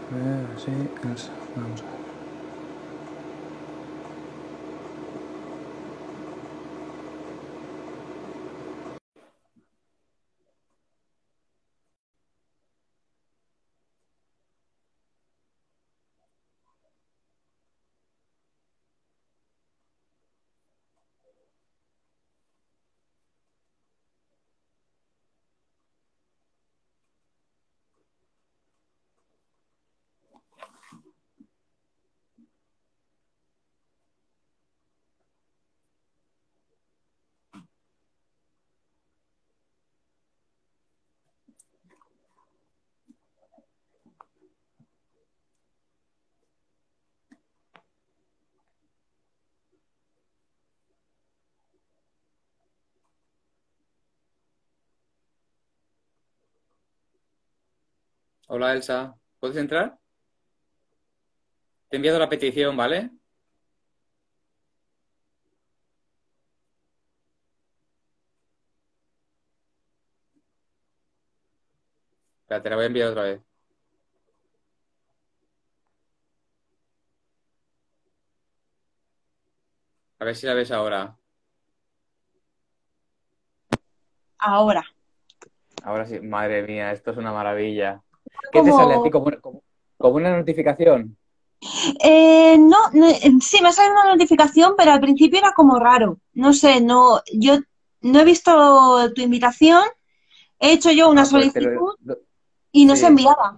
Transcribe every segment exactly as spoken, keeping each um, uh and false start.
Eh, sí, Elsa. Vamos a ver. Hola Elsa, ¿puedes entrar? Te he enviado la petición, ¿vale? Espera, te la voy a enviar otra vez. A ver si la ves ahora. Ahora. Ahora sí, madre mía, esto es una maravilla. ¿Qué te sale a ti Como, como, como, como una notificación? eh, no, no, eh, sí, me ha salido una notificación, pero al principio era como raro. No sé, no, yo no he visto tu invitación, he hecho yo una Ah, pues te lo... solicitud lo- y no se sí, enviaba.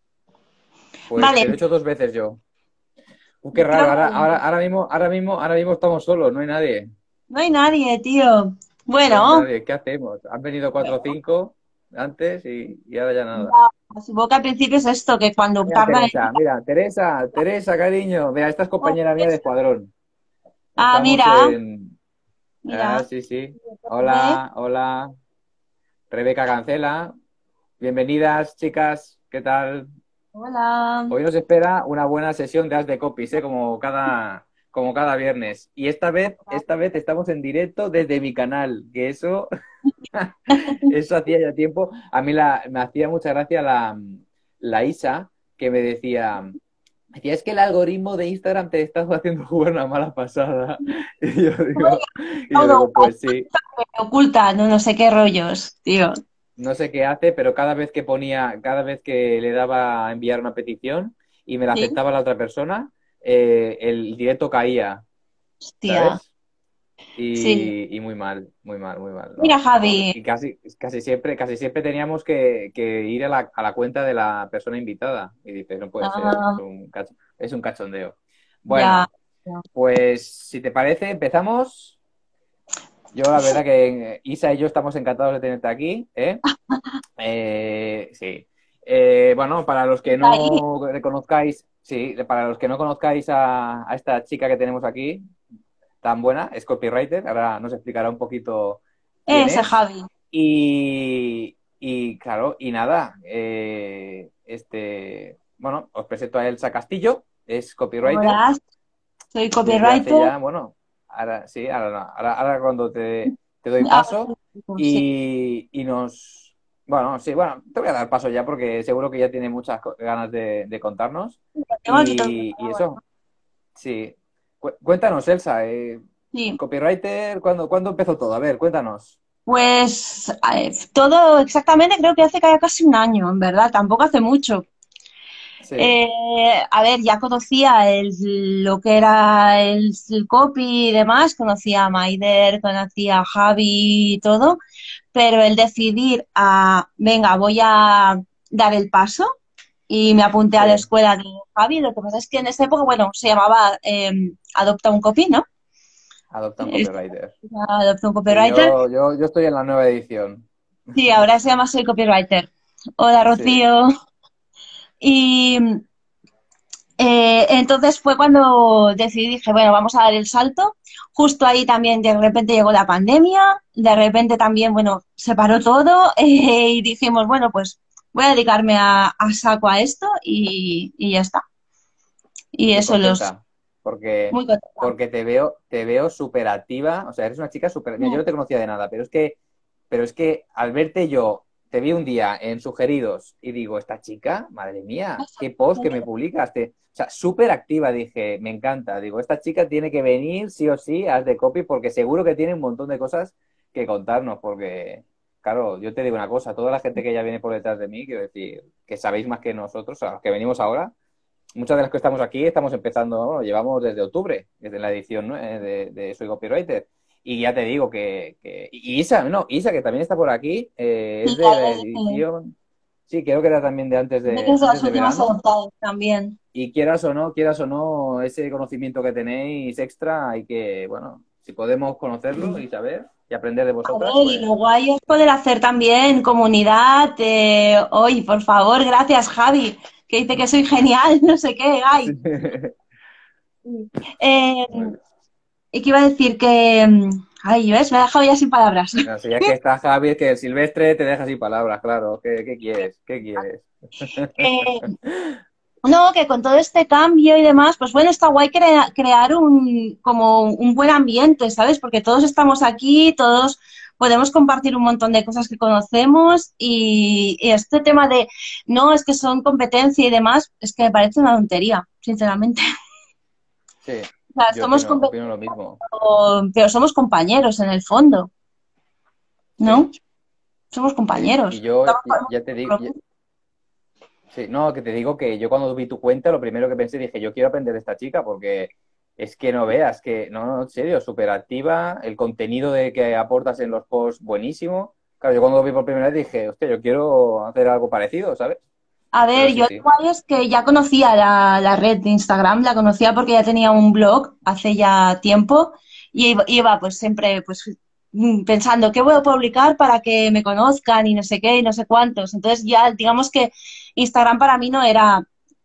pues Vale, te lo he hecho dos veces yo. Uh, qué creo raro, ahora, ahora, que ahora mismo, ahora mismo, ahora mismo estamos solos, no hay nadie. no hay nadie, tío. No hay Bueno, nadie, ¿qué hacemos? Han venido cuatro o cinco antes y, y ahora ya nada. ya, supongo que al principio es esto, que cuando Mira, tarda en... Teresa, mira, Teresa, Teresa, cariño. Mira, esta es compañera mía de escuadrón. Ah, Estamos mira, en... Ah, mira. sí, sí. ¿Eh? Hola, hola. Rebeca Cancela. Bienvenidas, chicas. ¿Qué tal? Hola. Hoy nos espera una buena sesión de As de Copies, ¿eh? Como cada, como cada viernes. Y esta vez, esta vez estamos en directo desde mi canal, que eso, eso hacía ya tiempo. A mí la, me hacía mucha gracia la, la Isa, que me decía, decía, es que el algoritmo de Instagram te está haciendo jugar una mala pasada. Y yo digo, y yo Todo digo, pues sí. oculta, no, no sé qué rollos, tío. No sé qué hace, pero cada vez que ponía, cada vez que le daba a enviar una petición y me la Sí, aceptaba la otra persona, eh, el directo caía, hostia. ¿sabes? Sí. Y, y muy mal, muy mal, muy mal, Mira, ¿no? Javi. Y casi, casi siempre, casi siempre teníamos que, que ir a la, a la cuenta de la persona invitada. Y dices, no puede ser, es Ah, un, cacho- es un cachondeo. ya. Bueno, pues si te parece, empezamos. Yo la verdad que Isa y yo estamos encantados de tenerte aquí, ¿eh? Eh, sí. Eh, bueno, para los que Está ahí. no conozcáis, sí, para los que no conozcáis a, a esta chica que tenemos aquí, tan buena, es copywriter, ahora nos explicará un poquito quién Ese es. Javi. Y, y claro, y nada, eh, este, bueno, os presento a Elsa Castillo, es copywriter Hola, soy desde hace copywriter. ya, bueno, ahora sí, ahora no, ahora, ahora cuando te, te doy Ah, paso sí. y, y nos, bueno, sí, bueno, te voy a dar paso ya porque seguro que ya tiene muchas co- ganas de, de contarnos Tengo aquí todo y, y preparado. eso, sí. Cu- cuéntanos, Elsa, eh, Sí. copywriter, ¿cuándo, cuándo empezó todo? A ver, cuéntanos. Pues eh, todo exactamente creo que hace ca- casi un año, en verdad, tampoco hace mucho. Sí, Eh, a ver, ya conocía el- lo que era el, el copy y demás, conocía a Maider, conocía a Javi y todo, pero el decidir a, venga, voy a dar el paso y me apunté a la sí, escuela de Javi. Lo que pasa es que en esa época, bueno, se llamaba eh, Adopta un Copy, ¿no? adopta un Es- copywriter. Adopta un Sí, Copywriter. yo, yo, yo estoy en la nueva edición. Sí, ahora se llama Soy Copywriter. Hola, Sí, Rocío. Y Eh, entonces fue cuando decidí, dije, bueno, vamos a dar el salto. Justo ahí también de repente llegó la pandemia, de repente también, bueno, se paró todo eh, y dijimos, bueno, pues voy a dedicarme a, a saco a esto y, y ya está. Y y qué eso los... contenta, porque, Muy contenta. porque te veo, te veo súper activa, o sea, eres una chica súper, mira, yo no te conocía de nada, pero es que, pero es que al verte yo te vi un día en sugeridos y digo, esta chica, madre mía, qué post que me publicaste. O sea, súper activa, dije, me encanta. Digo, esta chica tiene que venir sí o sí a Haz de Copy porque seguro que tiene un montón de cosas que contarnos. Porque, claro, yo te digo una cosa, toda la gente que ya viene por detrás de mí, quiero decir, que sabéis más que nosotros, a los que venimos ahora, muchas de las que estamos aquí estamos empezando, bueno, llevamos desde octubre, desde la edición, ¿no? de, de Soy Copywriter. Y ya te digo que, que... Y Isa, no, Isa, que también está por aquí, eh, es Sí, de claro, la sí. edición... Sí, creo que era también de antes De de, las antes de últimas verano. adoptadas también. Y quieras o no, quieras o no, ese conocimiento que tenéis extra, hay que, bueno, si podemos conocerlo y saber y aprender de A vosotras, ver, y pues... lo guay es poder hacer también comunidad. Eh, hoy, por favor, gracias, Javi, que dice que soy genial, no sé qué, Sí. ay. Eh, Muy bien. y que iba a decir que, mm, ay, ¿ves? Me he dejado ya sin palabras. Así ya que está Javi, es que el Silvestre te deja sin palabras, claro. ¿Qué, qué quieres? ¿Qué quieres? Eh, no, que con todo este cambio y demás, pues bueno, está guay crea- crear un, como un buen ambiente, ¿sabes? Porque todos estamos aquí, todos podemos compartir un montón de cosas que conocemos y, y este tema de, no, es que son competencia y demás, es que me parece una tontería, sinceramente. Sí, O sea, yo somos opino, competencia, opino lo mismo. pero somos compañeros en el fondo, Sí, ¿no? Somos sí. Y compañeros. yo Estamos y- ya te digo, sí, no, que te digo que yo cuando vi tu cuenta, lo primero que pensé, dije, yo quiero aprender de esta chica porque es que no veas que, no, no, en serio, súper activa, el contenido de que aportas en los posts, buenísimo. Claro, yo cuando lo vi por primera vez dije, hostia, yo quiero hacer algo parecido, ¿sabes? A Pero ver, sí, yo sí. igual es que ya conocía la, la red de Instagram, la conocía porque ya tenía un blog hace ya tiempo y iba, iba, pues siempre pues mm, pensando qué voy a publicar para que me conozcan y no sé qué y no sé cuántos. Entonces ya digamos que Instagram para mí no era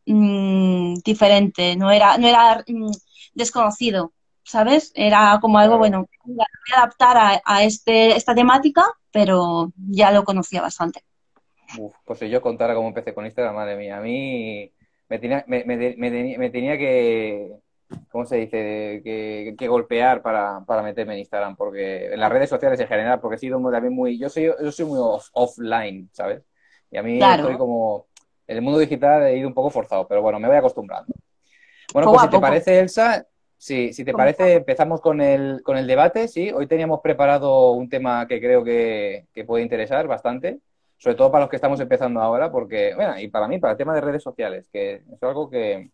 mm, diferente, no era, no era mm, desconocido, ¿sabes? Era como algo, Claro. bueno, voy a adaptar a, a este, esta temática, pero ya lo conocía bastante. Uf, pues si yo contara cómo empecé con Instagram, madre mía, a mí me tenía, me, me, me tenía, me tenía que, ¿cómo se dice? Que, que golpear para, para meterme en Instagram, porque en las redes sociales en general, porque he sido muy- también muy, yo soy, yo soy muy off- offline, ¿sabes? Y a mí estoy Claro, como, en el mundo digital he ido un poco forzado, pero bueno, me voy acostumbrando. Bueno, poco pues si a te poco. parece, Elsa, sí, si te parece, empezamos con el, con el debate, sí. Hoy teníamos preparado un tema que creo que, que puede interesar bastante, sobre todo para los que estamos empezando ahora, porque, bueno, y para mí, para el tema de redes sociales, que es algo que,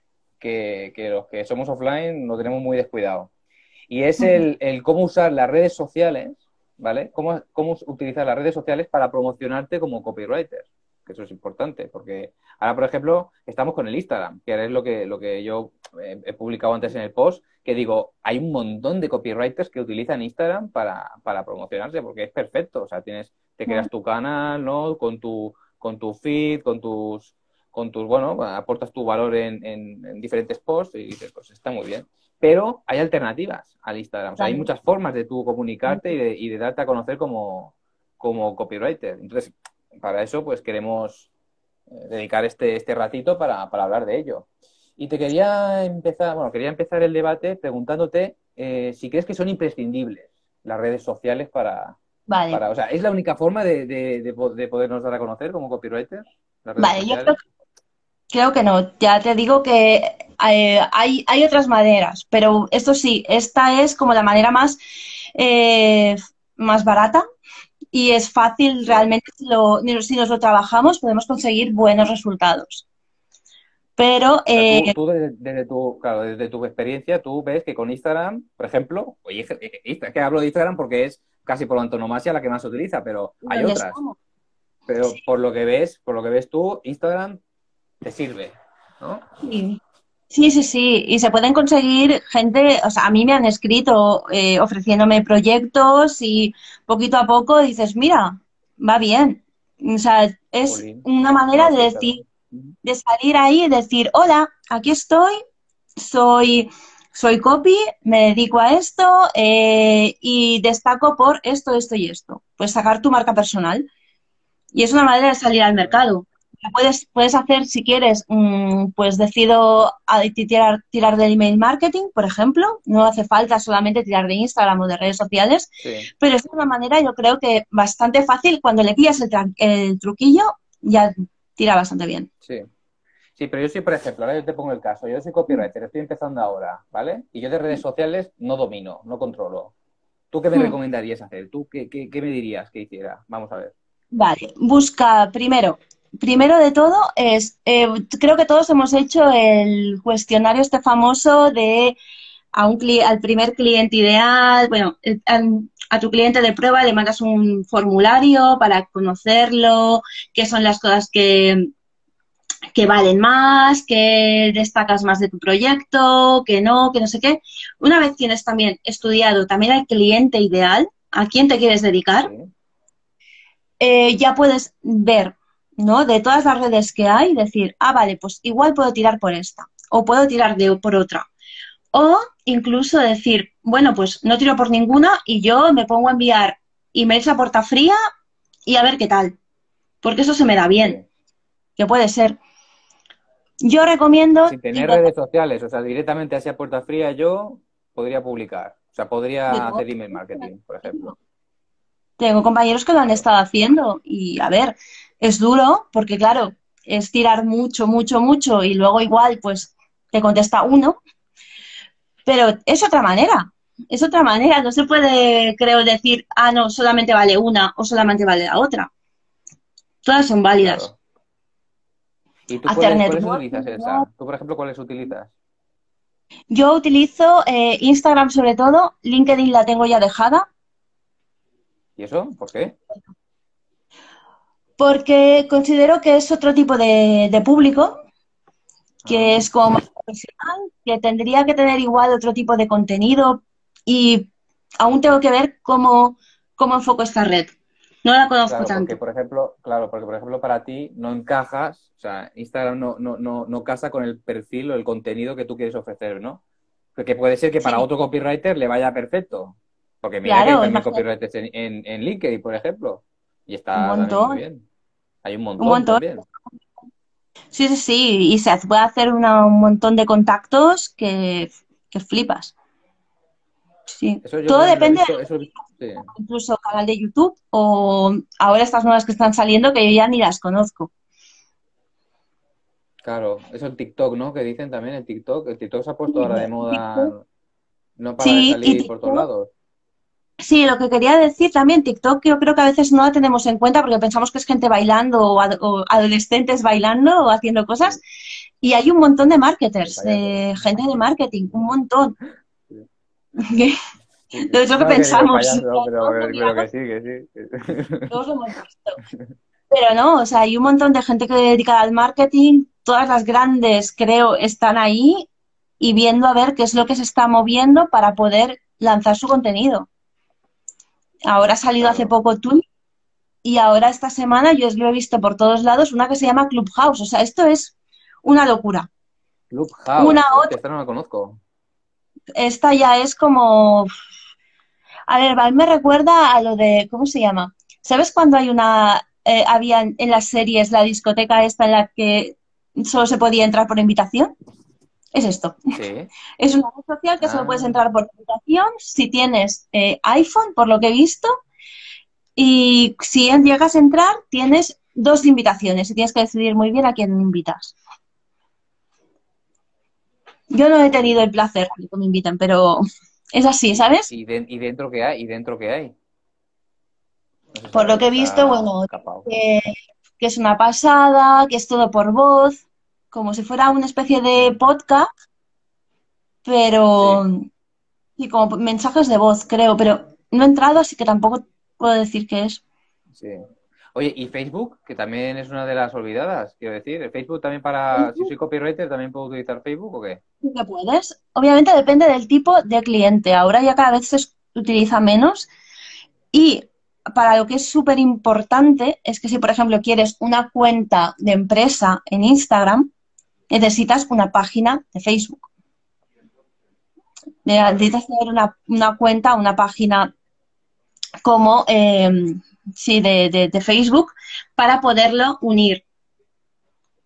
que, que los que somos offline lo tenemos muy descuidado. Y es el, el cómo usar las redes sociales, ¿vale? Cómo, cómo utilizar las redes sociales para promocionarte como copywriter, que eso es importante, porque ahora, por ejemplo, estamos con el Instagram, que es lo que, lo que yo he, he publicado antes en el post, que digo, hay un montón de copywriters que utilizan Instagram para, para promocionarse, porque es perfecto, o sea, tienes, te creas tu canal, ¿no? Con tu, con tu feed, con tus, con tus, bueno, aportas tu valor en, en, en diferentes posts y dices, pues está muy bien. Pero hay alternativas al Instagram. O sea, hay Claro. muchas formas de tú comunicarte y de, y de darte a conocer como, como copywriter. Entonces, para eso, pues queremos eh, dedicar este, este ratito para, para hablar de ello. Y te quería empezar, bueno, quería empezar el debate preguntándote eh, si crees que son imprescindibles las redes sociales para, Vale, para, o sea, ¿es la única forma de, de, de, de podernos dar a conocer como copywriter, las redes vale, yo creo, sociales? creo que no. Ya te digo que eh, hay, hay otras maneras, pero esto sí, esta es como la manera más, eh, más barata y es fácil Sí. realmente, si, lo- si nos lo trabajamos, podemos conseguir buenos resultados. Pero, O sea, eh, tú, tú desde, desde tu, claro, desde tu experiencia, tú ves que con Instagram, por ejemplo, oye, es que hablo de Instagram porque es casi por antonomasia la que más se utiliza, pero hay ¿dónde otras. estamos? Pero por lo que ves, por lo que ves tú, Instagram te sirve, ¿no? Sí. Sí, sí, sí, y se pueden conseguir gente, o sea, a mí me han escrito eh, ofreciéndome proyectos y poquito a poco dices, mira, va bien. O sea, es Jolín. una manera No, de sí, claro. decir, de salir ahí y decir, hola, aquí estoy, soy, soy copy, me dedico a esto eh, y destaco por esto, esto y esto. Pues sacar tu marca personal. Y es una manera de salir al Vale. mercado. puedes, puedes hacer, si quieres, mm, pues decido a- tirar, tirar del email marketing, por ejemplo. No hace falta solamente tirar de Instagram o de redes sociales, Sí, pero es una manera, yo creo que bastante fácil. Cuando le pillas el, tra- el truquillo, ya tira bastante bien. sí. Sí, pero yo soy, por ejemplo, ahora yo te pongo el caso, yo soy copywriter, estoy empezando ahora, ¿vale? Y yo de redes sociales no domino, no controlo. ¿Tú qué me Hmm. recomendarías hacer? ¿Tú qué, qué, qué me dirías que hiciera? Vamos a ver. Vale, busca primero. Primero de todo es, eh, creo que todos hemos hecho el cuestionario este famoso de a un cli- al primer cliente ideal, bueno, eh, al- a tu cliente de prueba le mandas un formulario para conocerlo, qué son las cosas que, que valen más, que destacas más de tu proyecto, que no, que no sé qué. Una vez tienes también estudiado también al cliente ideal, a quién te quieres dedicar, Sí, eh, ya puedes ver, ¿no? De todas las redes que hay, decir, ah, vale, pues igual puedo tirar por esta o puedo tirar de, por otra. O incluso decir, bueno, pues no tiro por ninguna y yo me pongo a enviar emails a puerta fría y a ver qué tal, porque eso se me da bien, sí. que puede ser. Yo recomiendo, Sin tener digo, redes sociales, o sea, directamente hacia puerta fría yo podría publicar. O sea, podría digo, hacer email marketing, por ejemplo. tengo compañeros que lo han Claro, estado haciendo y a ver, es duro porque claro, es tirar mucho, mucho, mucho y luego igual pues te contesta uno. Pero es otra manera, es otra manera. No se puede, creo, decir, ah, no, solamente vale una o solamente vale la otra. Todas son válidas. claro. ¿Y tú Hacer cuáles, cuáles networking, utilizas, ¿no? Elsa? ¿Tú, por ejemplo, cuáles utilizas? Yo utilizo eh, Instagram sobre todo, LinkedIn la tengo ya dejada, ¿Y eso? ¿Por qué? porque considero que es otro tipo de, de público, que Ah, es como más profesional, que tendría que tener igual otro tipo de contenido y aún tengo que ver cómo, cómo enfoco esta red. No la conozco claro, porque tanto. por ejemplo, claro, porque por ejemplo para ti no encajas, o sea, Instagram no, no, no, no casa con el perfil o el contenido que tú quieres ofrecer, ¿no? Porque puede ser que para Sí, otro copywriter le vaya perfecto. Porque mira que hay claro, también imagínate, copywriters en, en, en LinkedIn, por ejemplo. Y un está también muy montón. bien. Hay un Un montón montón. también. Sí, sí, sí. Y se puede hacer una- un montón de contactos que, que flipas. Sí. Eso yo, Todo por ejemplo, he depende, visto, eso, sí, incluso canal de YouTube o ahora estas nuevas que están saliendo que yo ya ni las conozco. claro. Eso en TikTok, ¿no? Que dicen también en TikTok. El TikTok se ha puesto ahora de moda, no para de Sí, y salir por todos TikTok. lados. Sí, lo que quería decir también, TikTok yo creo que a veces no la tenemos en cuenta porque pensamos que es gente bailando o, ad- o adolescentes bailando o haciendo cosas Sí, y hay un montón de el marketers, payaso. de gente de marketing, un montón. Sí, sí, Es sí. lo que No, que digo el pensamos. payaso, pero, Todos lo pero miramos, que sí, que sí. todos lo hemos visto. Pero no, o sea, hay un montón de gente que dedica al marketing, todas las grandes, creo, están ahí y viendo a ver qué es lo que se está moviendo para poder lanzar su contenido. Ahora ha salido hace Claro. poco Twitch y ahora esta semana yo lo he visto por todos lados, una que se llama Clubhouse. O sea, esto es una locura. Una Clubhouse. Hostia, otra, esta no la conozco. esta ya es como... A ver, a mí me recuerda a lo de, ¿cómo se llama? ¿Sabes cuando hay una, eh, había en en las series la discoteca esta en la que solo se podía entrar por invitación? Es esto. Sí. Es una red social que solo puedes Ah, entrar por invitación si tienes eh, iPhone, por lo que he visto, y si llegas a entrar tienes dos invitaciones y tienes que decidir muy bien a quién invitas. Yo no he tenido el jolín. placer de que me inviten, pero es así, ¿Y, ¿sabes? y, de- y dentro qué hay? ¿Y dentro qué hay? No se Por lo sabe, que he visto, está bueno, capado. que, que es una pasada, que es todo por voz, como si fuera una especie de Mm. podcast, pero Sí, y como mensajes de voz, creo, pero no he entrado, así que tampoco puedo decir qué es. sí. Oye, ¿y Facebook? Que también es una de las olvidadas, quiero decir. ¿El Facebook también para, si soy copywriter, también puedo utilizar Facebook o qué? Sí que puedes. Obviamente depende del tipo de cliente. Ahora ya cada vez se utiliza menos y para lo que es súper importante es que si, por ejemplo, quieres una cuenta de empresa en Instagram, necesitas una página de Facebook. Claro, Necesitas tener una, una cuenta, una página como eh, sí, de, de, de Facebook para poderlo unir.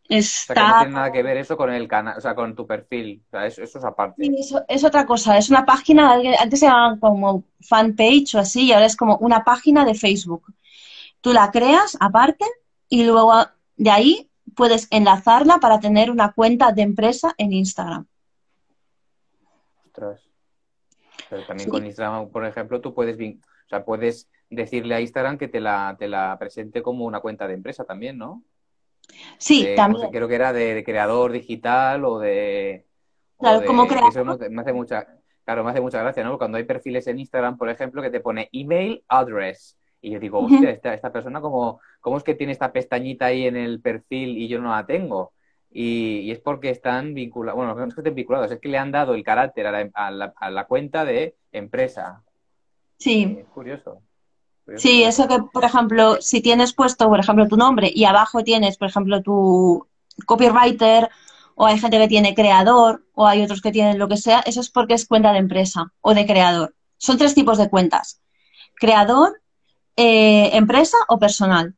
O sea, que no Está tiene nada que ver eso con el canal, o sea, con tu perfil. O sea, eso, eso es Sí, aparte. eso es otra cosa, es una página, alguien- antes se llamaban como fanpage o así, y ahora es como una página de Facebook. Tú la creas aparte y luego de ahí puedes enlazarla para tener una cuenta de empresa en Instagram. Ostras. Pero también con Sí, Instagram, por ejemplo, tú puedes, vin- o sea, puedes decirle a Instagram que te la, te la presente como una cuenta de empresa también, ¿no? sí, De, ¿cómo se, también. creo que era de, de creador digital o de, o Claro, como de, que eso creador. me me hace mucha, claro, me hace mucha gracia, ¿no? Cuando hay perfiles en Instagram, por ejemplo, que te pone email address. Y yo digo, hostia, Ujú. esta, esta persona, ¿cómo, cómo es que tiene esta pestañita ahí en el perfil y yo no la tengo? Y, y es porque están vinculados, bueno, no es que estén vinculados, es que le han dado el carácter a la, a la, a la cuenta de empresa. Sí, Eh, es curioso, curioso, sí, eso curioso. que, por ejemplo, si tienes puesto, por ejemplo, tu nombre y abajo tienes, por ejemplo, tu copywriter, o hay gente que tiene creador, o hay otros que tienen lo que sea, eso es porque es cuenta de empresa o de creador. Son tres tipos de cuentas: creador, eh, empresa o personal.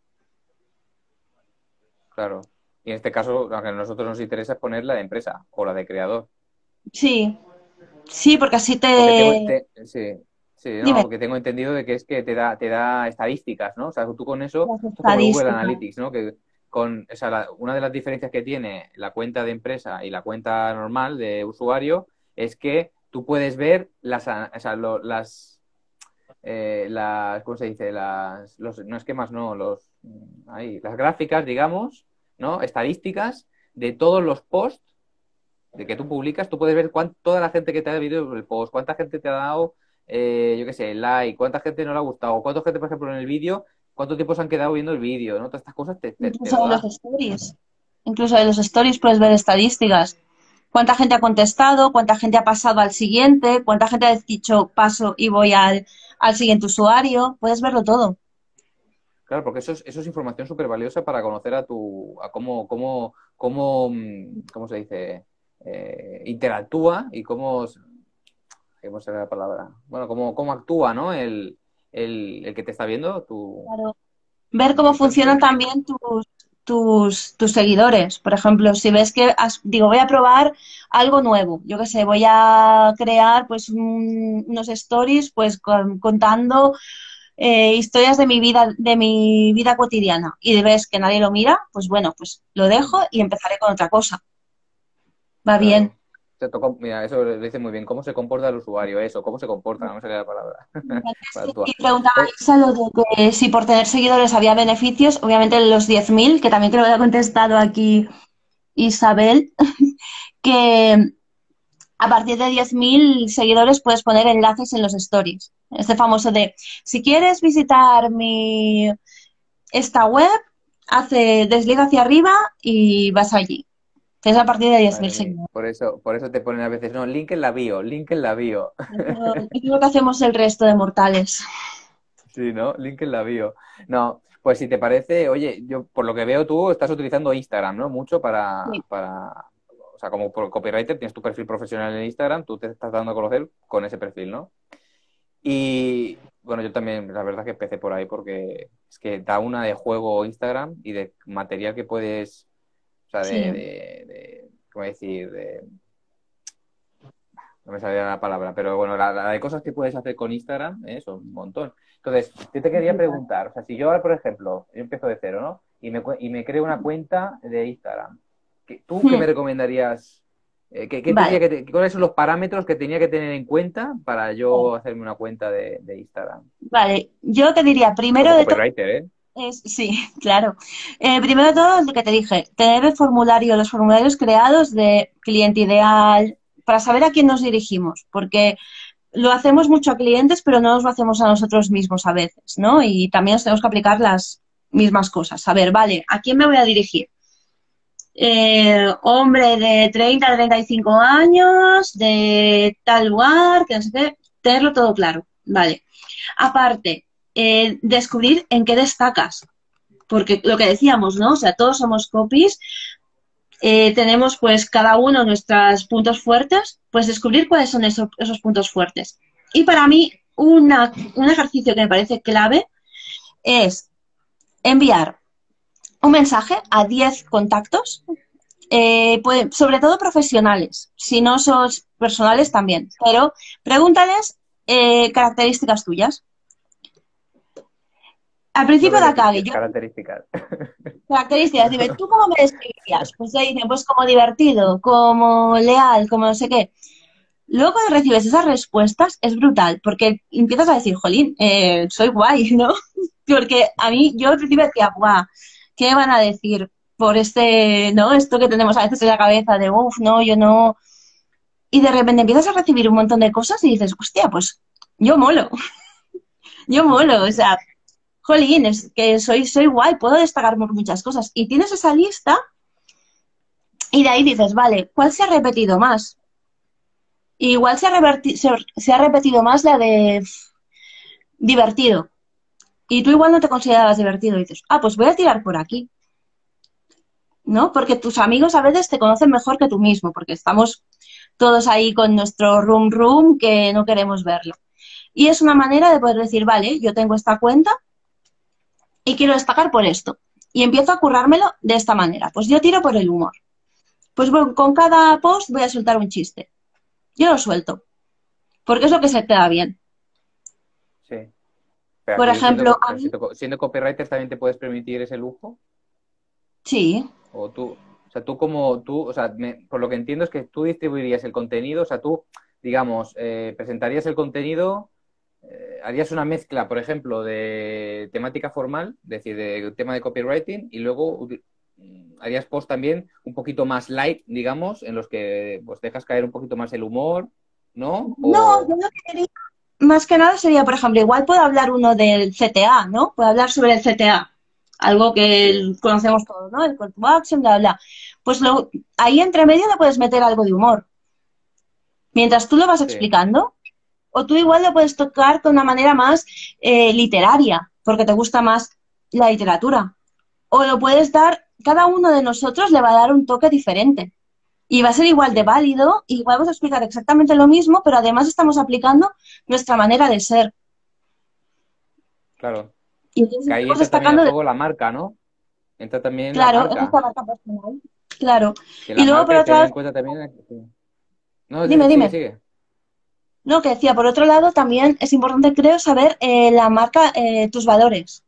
Claro. Y en este caso, lo que a nosotros nos interesa es poner la de empresa o la de creador. Sí. Sí, sí, porque así Porque tengo, te... te- sí, sí, no, Dime, porque tengo entendido de que es que te da, te da estadísticas, ¿no? O sea, tú con eso, las esto es como el Google estadísticas. Analytics, ¿no? Que con, o sea, la- una de las diferencias que tiene la cuenta de empresa y la cuenta normal de usuario es que tú puedes ver las, a- o sea, lo- las, eh, las, ¿cómo se dice? Las, los, no esquemas, no, los, mm, ahí, las gráficas, digamos, ¿no? Estadísticas de todos los posts de que tú publicas, tú puedes ver cuán, toda la gente que te ha visto el post, cuánta gente te ha dado, eh, yo qué sé, like, cuánta gente no le ha gustado, cuánta gente, por ejemplo, en el vídeo, cuánto tiempo se han quedado viendo el vídeo, ¿no? Todas estas cosas te, te, te Incluso lo de los da. stories. Incluso de los stories puedes ver estadísticas. Cuánta gente ha contestado, cuánta gente ha pasado al siguiente, cuánta gente ha dicho paso y voy al, al siguiente usuario. Puedes verlo todo. Claro, porque eso es, eso es información súper valiosa para conocer a tu, a cómo, cómo, cómo, mm, ¿cómo se dice? Eh, interactúa y cómo, ¿cómo será la palabra? Bueno, cómo, cómo actúa, ¿no? El, el, el que te está viendo, tu, Claro. Ver tu cómo funcionan gente. también tus, tus, tus seguidores. Por ejemplo, si ves que has- digo, voy a probar algo nuevo, yo qué sé, voy a crear pues un- unos stories pues con- contando eh, historias de mi vida, de mi vida cotidiana, y ves que nadie lo mira, pues bueno, pues lo dejo y empezaré con otra cosa. Va bien. Claro. Te tocó, mira, eso lo dice muy bien. ¿Cómo se comporta el usuario? Eso, ¿cómo se comporta? No me salía la palabra. Para actuar. Y preguntaba Oye, Isa lo de que si por tener seguidores había beneficios, obviamente los diez mil, que también creo que ha contestado aquí Isabel, que a partir de diez mil seguidores puedes poner enlaces en los stories. Este famoso de, si quieres visitar mi esta web, hace desliza hacia arriba y vas allí. Es a partir de diez mil madre mía. seguidores. Por eso, por eso te ponen a veces, no, link en la bio, link en la bio. Eso es lo que hacemos el resto de mortales. Sí, ¿no? Link en la bio. No, pues si te parece, oye, yo por lo que veo tú estás utilizando Instagram, ¿no? Mucho para, Sí. para, o sea, como por copywriter tienes tu perfil profesional en Instagram, tú te estás dando a conocer con ese perfil, ¿no? Y bueno, yo también, la verdad que empecé por ahí porque es que da una de juego Instagram y de material que puedes, o sea, de, Sí. de, de ¿cómo decir? De, no me salía la palabra, pero bueno, la, la de cosas que puedes hacer con Instagram, ¿eh? Son un montón. Entonces, yo te quería preguntar, o sea, si yo ahora, por ejemplo, yo empiezo de cero, ¿no? Y me, cu- y me creo una cuenta de Instagram, ¿qué- ¿tú qué Hmm. me recomendarías? Eh, ¿qué, qué tendría Vale, que te- ¿Cuáles son los parámetros que tenía que tener en cuenta para vale, yo hacerme una cuenta de, de Instagram? vale. Yo te diría, primero Como de todo, copywriter, ¿eh? es, sí, claro. Eh, primero de todo, lo que te dije, tener el formulario, los formularios creados de cliente ideal, para saber a quién nos dirigimos, porque lo hacemos mucho a clientes, pero no nos lo hacemos a nosotros mismos a veces, ¿no? Y también nos tenemos que aplicar las mismas cosas. A ver, vale, ¿a quién me voy a dirigir? Eh, hombre de treinta a treinta y cinco años, de tal lugar, que no sé qué, tenerlo todo claro, vale. Aparte, eh, descubrir en qué destacas, porque lo que decíamos, ¿no? O sea, todos somos copies, eh, tenemos pues cada uno nuestros puntos fuertes, pues descubrir cuáles son esos, esos puntos fuertes. Y para mí, una, un ejercicio que me parece clave es enviar un mensaje a diez contactos, eh, pues, sobre todo profesionales, si no son personales también, pero pregúntales eh, características tuyas. Al No principio da cague, beneficios, yo características. características, dime, ¿tú cómo me describirías? Pues te dicen, pues como divertido, como leal, como no sé qué. Luego cuando recibes esas respuestas es brutal, porque empiezas a decir, jolín, eh, soy guay, ¿no? Porque a mí, yo al principio decía, guau, ¿qué me van a decir por este, ¿no? Esto que tenemos a veces en la cabeza de, uff, no, yo no. Y de repente empiezas a recibir un montón de cosas y dices, hostia, pues yo molo, yo molo, o sea, jolín, es que soy, soy guay, puedo destacar por muchas cosas. Y tienes esa lista y de ahí dices, vale, ¿cuál se ha repetido más? Igual se ha, reverti- se, se ha repetido más la de pff, divertido. Y tú igual no te considerabas divertido. Y dices, ah, pues voy a tirar por aquí. ¿No? Porque tus amigos a veces te conocen mejor que tú mismo, porque estamos todos ahí con nuestro room room que no queremos verlo. Y es una manera de poder decir, vale, yo tengo esta cuenta y quiero destacar por esto. Y empiezo a currármelo de esta manera. Pues yo tiro por el humor. Pues bueno, con cada post voy a soltar un chiste. Yo lo suelto, porque es lo que se te da bien. Sí. Pero Por aquí siendo, ejemplo, co- a pero mí, siendo siendo copywriter también te puedes permitir ese lujo. sí. O tú, o sea, tú como tú, o sea, me- por lo que entiendo es que tú distribuirías el contenido, o sea, tú, digamos, eh, presentarías el contenido, eh, harías una mezcla, por ejemplo, de temática formal, es decir, de tema de copywriting, y luego uti- mm, harías post también un poquito más light, digamos, en los que pues dejas caer un poquito más el humor, ¿no? No, yo O lo que quería más que nada sería, por ejemplo, igual puedo hablar uno del C T A, ¿no? Puedo hablar sobre el C T A, algo que sí, el- conocemos todos, ¿no? El call to action, bla, bla. Pues lo, ahí entre medio le puedes meter algo de humor. Mientras tú lo vas sí, explicando, o tú igual lo puedes tocar de una manera más eh, literaria, porque te gusta más la literatura. O lo puedes dar, cada uno de nosotros le va a dar un toque diferente. Y va a ser igual de sí, válido, igual vamos a explicar exactamente lo mismo, pero además estamos aplicando nuestra manera de ser. claro. Y entonces Que ahí estamos entra también a destacando, de- juego la marca, ¿no? Entra también la claro, es marca, nuestra marca personal. Claro. que Y la luego, marca por hay que otro tener lado, en cuenta también. Sí. No, sí, dime, sigue, dime. sigue. No, que decía, por otro lado, también es importante, creo, saber eh, la marca, eh, tus valores.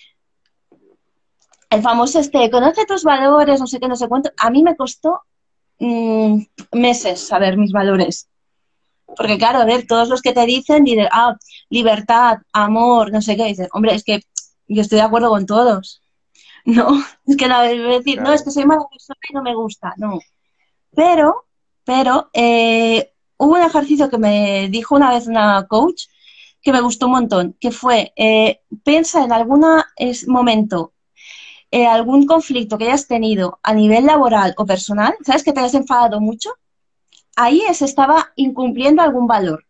El famoso este, conoce tus valores, no sé qué, no sé cuánto. A mí me costó mm, meses saber mis valores. Porque claro, a ver, todos los que te dicen, dicen, ah, libertad, amor, no sé qué, dices, hombre, es que yo estoy de acuerdo con todos. No, es que no, es decir, no, es que Claro. soy mala persona y no me gusta, no. Pero, pero, eh, hubo un ejercicio que me dijo una vez una coach que me gustó un montón, que fue, eh, piensa en algún momento, eh, algún conflicto que hayas tenido a nivel laboral o personal, ¿sabes? Que te hayas enfadado mucho, ahí se estaba incumpliendo algún valor.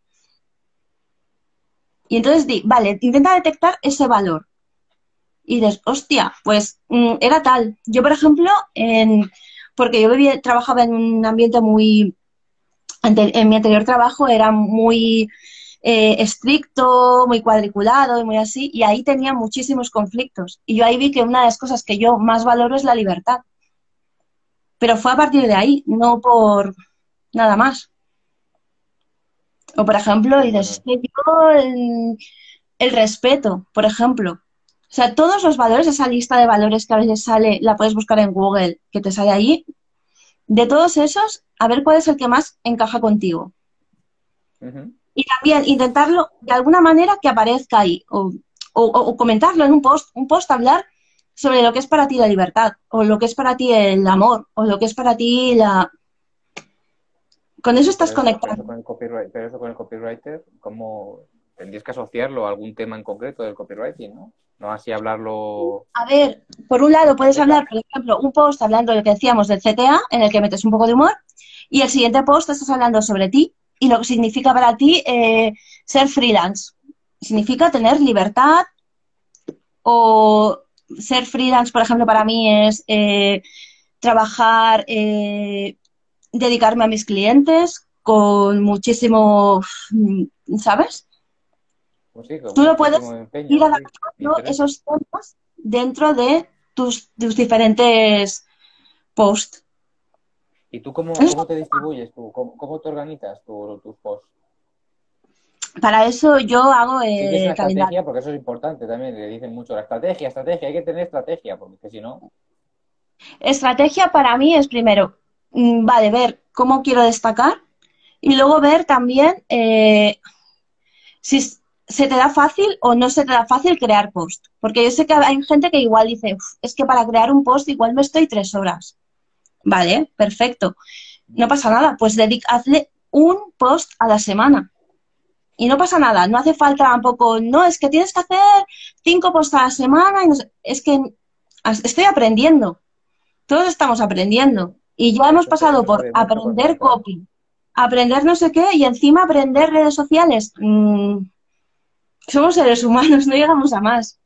Y entonces di, vale, intenta detectar ese valor. Y dices, hostia, pues mm, era tal. Yo, por ejemplo, en, porque yo vivía, trabajaba en un ambiente muy, ante- en mi anterior trabajo era muy eh, estricto, muy cuadriculado y muy así, y ahí tenía muchísimos conflictos. Y yo ahí vi que una de las cosas que yo más valoro es la libertad. Pero fue a partir de ahí, no por nada más. O, por ejemplo, Qué dices, es bueno. que yo el, el respeto, por ejemplo. O sea, todos los valores, esa lista de valores que a veces sale, la puedes buscar en Google, que te sale ahí, de todos esos, a ver cuál es el que más encaja contigo. Ujú. Y también intentarlo de alguna manera que aparezca ahí, o, o, o comentarlo en un post, un post hablar sobre lo que es para ti la libertad, o lo que es para ti el amor, o lo que es para ti la... Con eso estás Pero eso, pero conectado. eso con el copyright, pero eso con el copywriter, ¿cómo tendrías que asociarlo a algún tema en concreto del copywriting, ¿no? No así hablarlo A ver, por un lado a puedes hablar, secas. por ejemplo, un post hablando de lo que decíamos del C T A, en el que metes un poco de humor, y el siguiente post estás hablando sobre ti y lo que significa para ti eh, ser freelance. Significa tener libertad o ser freelance, por ejemplo, para mí es eh, trabajar, eh, dedicarme a mis clientes con muchísimo, mm, ¿sabes? Pues sí, con Tú lo muchísimo puedes ir empeño, sí, adaptando interés. esos temas dentro de tus, tus diferentes posts. ¿Y tú cómo, Eso- cómo te distribuyes tú? ¿Cómo, cómo te organizas tu- tus posts? Para eso yo hago ¿Sigues eh, una calendario. estrategia? Porque eso es importante también, le dicen mucho, la estrategia, estrategia, hay que tener estrategia, porque es que si no, Estrategia para mí es primero, mm, vale, ver cómo quiero destacar y luego ver también eh, si s- se te da fácil o no se te da fácil crear post. Porque yo sé que hay gente que igual dice, "Uf, es que para crear un post igual me estoy tres horas. Vale, perfecto. No pasa nada, pues dedica, hazle un post a la semana. Y no pasa nada, no hace falta tampoco, no, es que tienes que hacer cinco posts a la semana y no sé, es que as- estoy aprendiendo. Todos estamos aprendiendo. Y ya hemos eso se, pasado eso se por ve mucho cuando aprender entras. copy, aprender no sé qué y encima aprender redes sociales. Mm, somos seres humanos, no llegamos a más.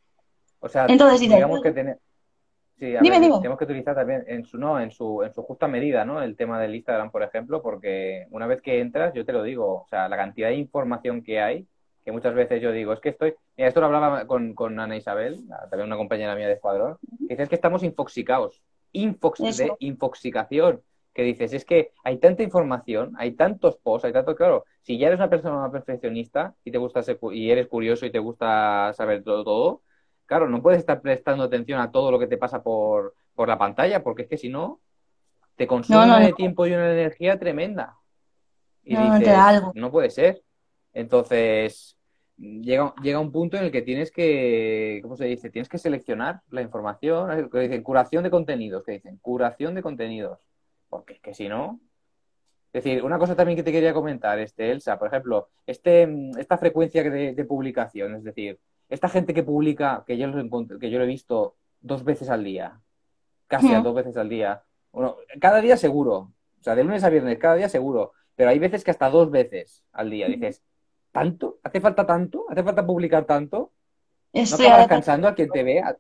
O sea, Entonces dices, digamos que tener, sí, a dime, ver, dime. tenemos que utilizar también en su, no, en su, en su justa medida, ¿no? El tema del Instagram, por ejemplo, porque una vez que entras, yo te lo digo, o sea, la cantidad de información que hay, que muchas veces yo digo, es que estoy, mira, esto lo hablaba con, con Ana Isabel, también una compañera mía de escuadrón, que dice, es que estamos infoxicados, infox, de Eso. infoxicación, que dices, es que hay tanta información, hay tantos posts, hay tanto, claro, si ya eres una persona perfeccionista y te gusta ser, cu- y eres curioso y te gusta saber todo, todo, claro, no puedes estar prestando atención a todo lo que te pasa por, por la pantalla, porque es que si no, te No, consume no, una no, de tiempo y una de energía tremenda. Y no, no te da dices, algo. no puede ser. Entonces, llega, llega un punto en el que tienes que, ¿cómo se dice? Tienes que seleccionar la información, que dicen curación de contenidos, que dicen curación de contenidos. Porque es que si no, es decir, una cosa también que te quería comentar, este, Elsa, por ejemplo, este, esta frecuencia de, de publicación, es decir, esta gente que publica, que yo, lo encont- que yo lo he visto dos veces al día, casi a Mm. dos veces al día, bueno, cada día seguro, o sea, de lunes a viernes, cada día seguro, pero hay veces que hasta dos veces al día. Dices, ¿tanto? ¿Hace falta tanto? ¿Hace falta publicar tanto? ¿No Estoy acabarás a- cansando a quien te vea?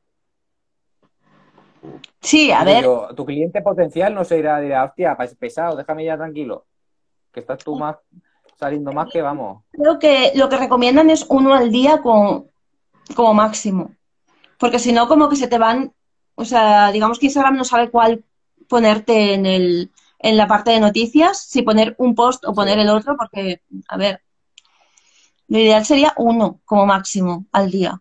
Sí, a Digo ver, yo, tu cliente potencial no se irá, dirá, hostia, es pesado, déjame ya tranquilo, que estás tú más saliendo más que vamos. creo que lo que recomiendan es uno al día como, como máximo. Porque si no, como que se te van, o sea, digamos que Instagram no sabe cuál ponerte en el, en la parte de noticias, si poner un post o Sí, poner el otro, porque, a ver, lo ideal sería uno como máximo al día.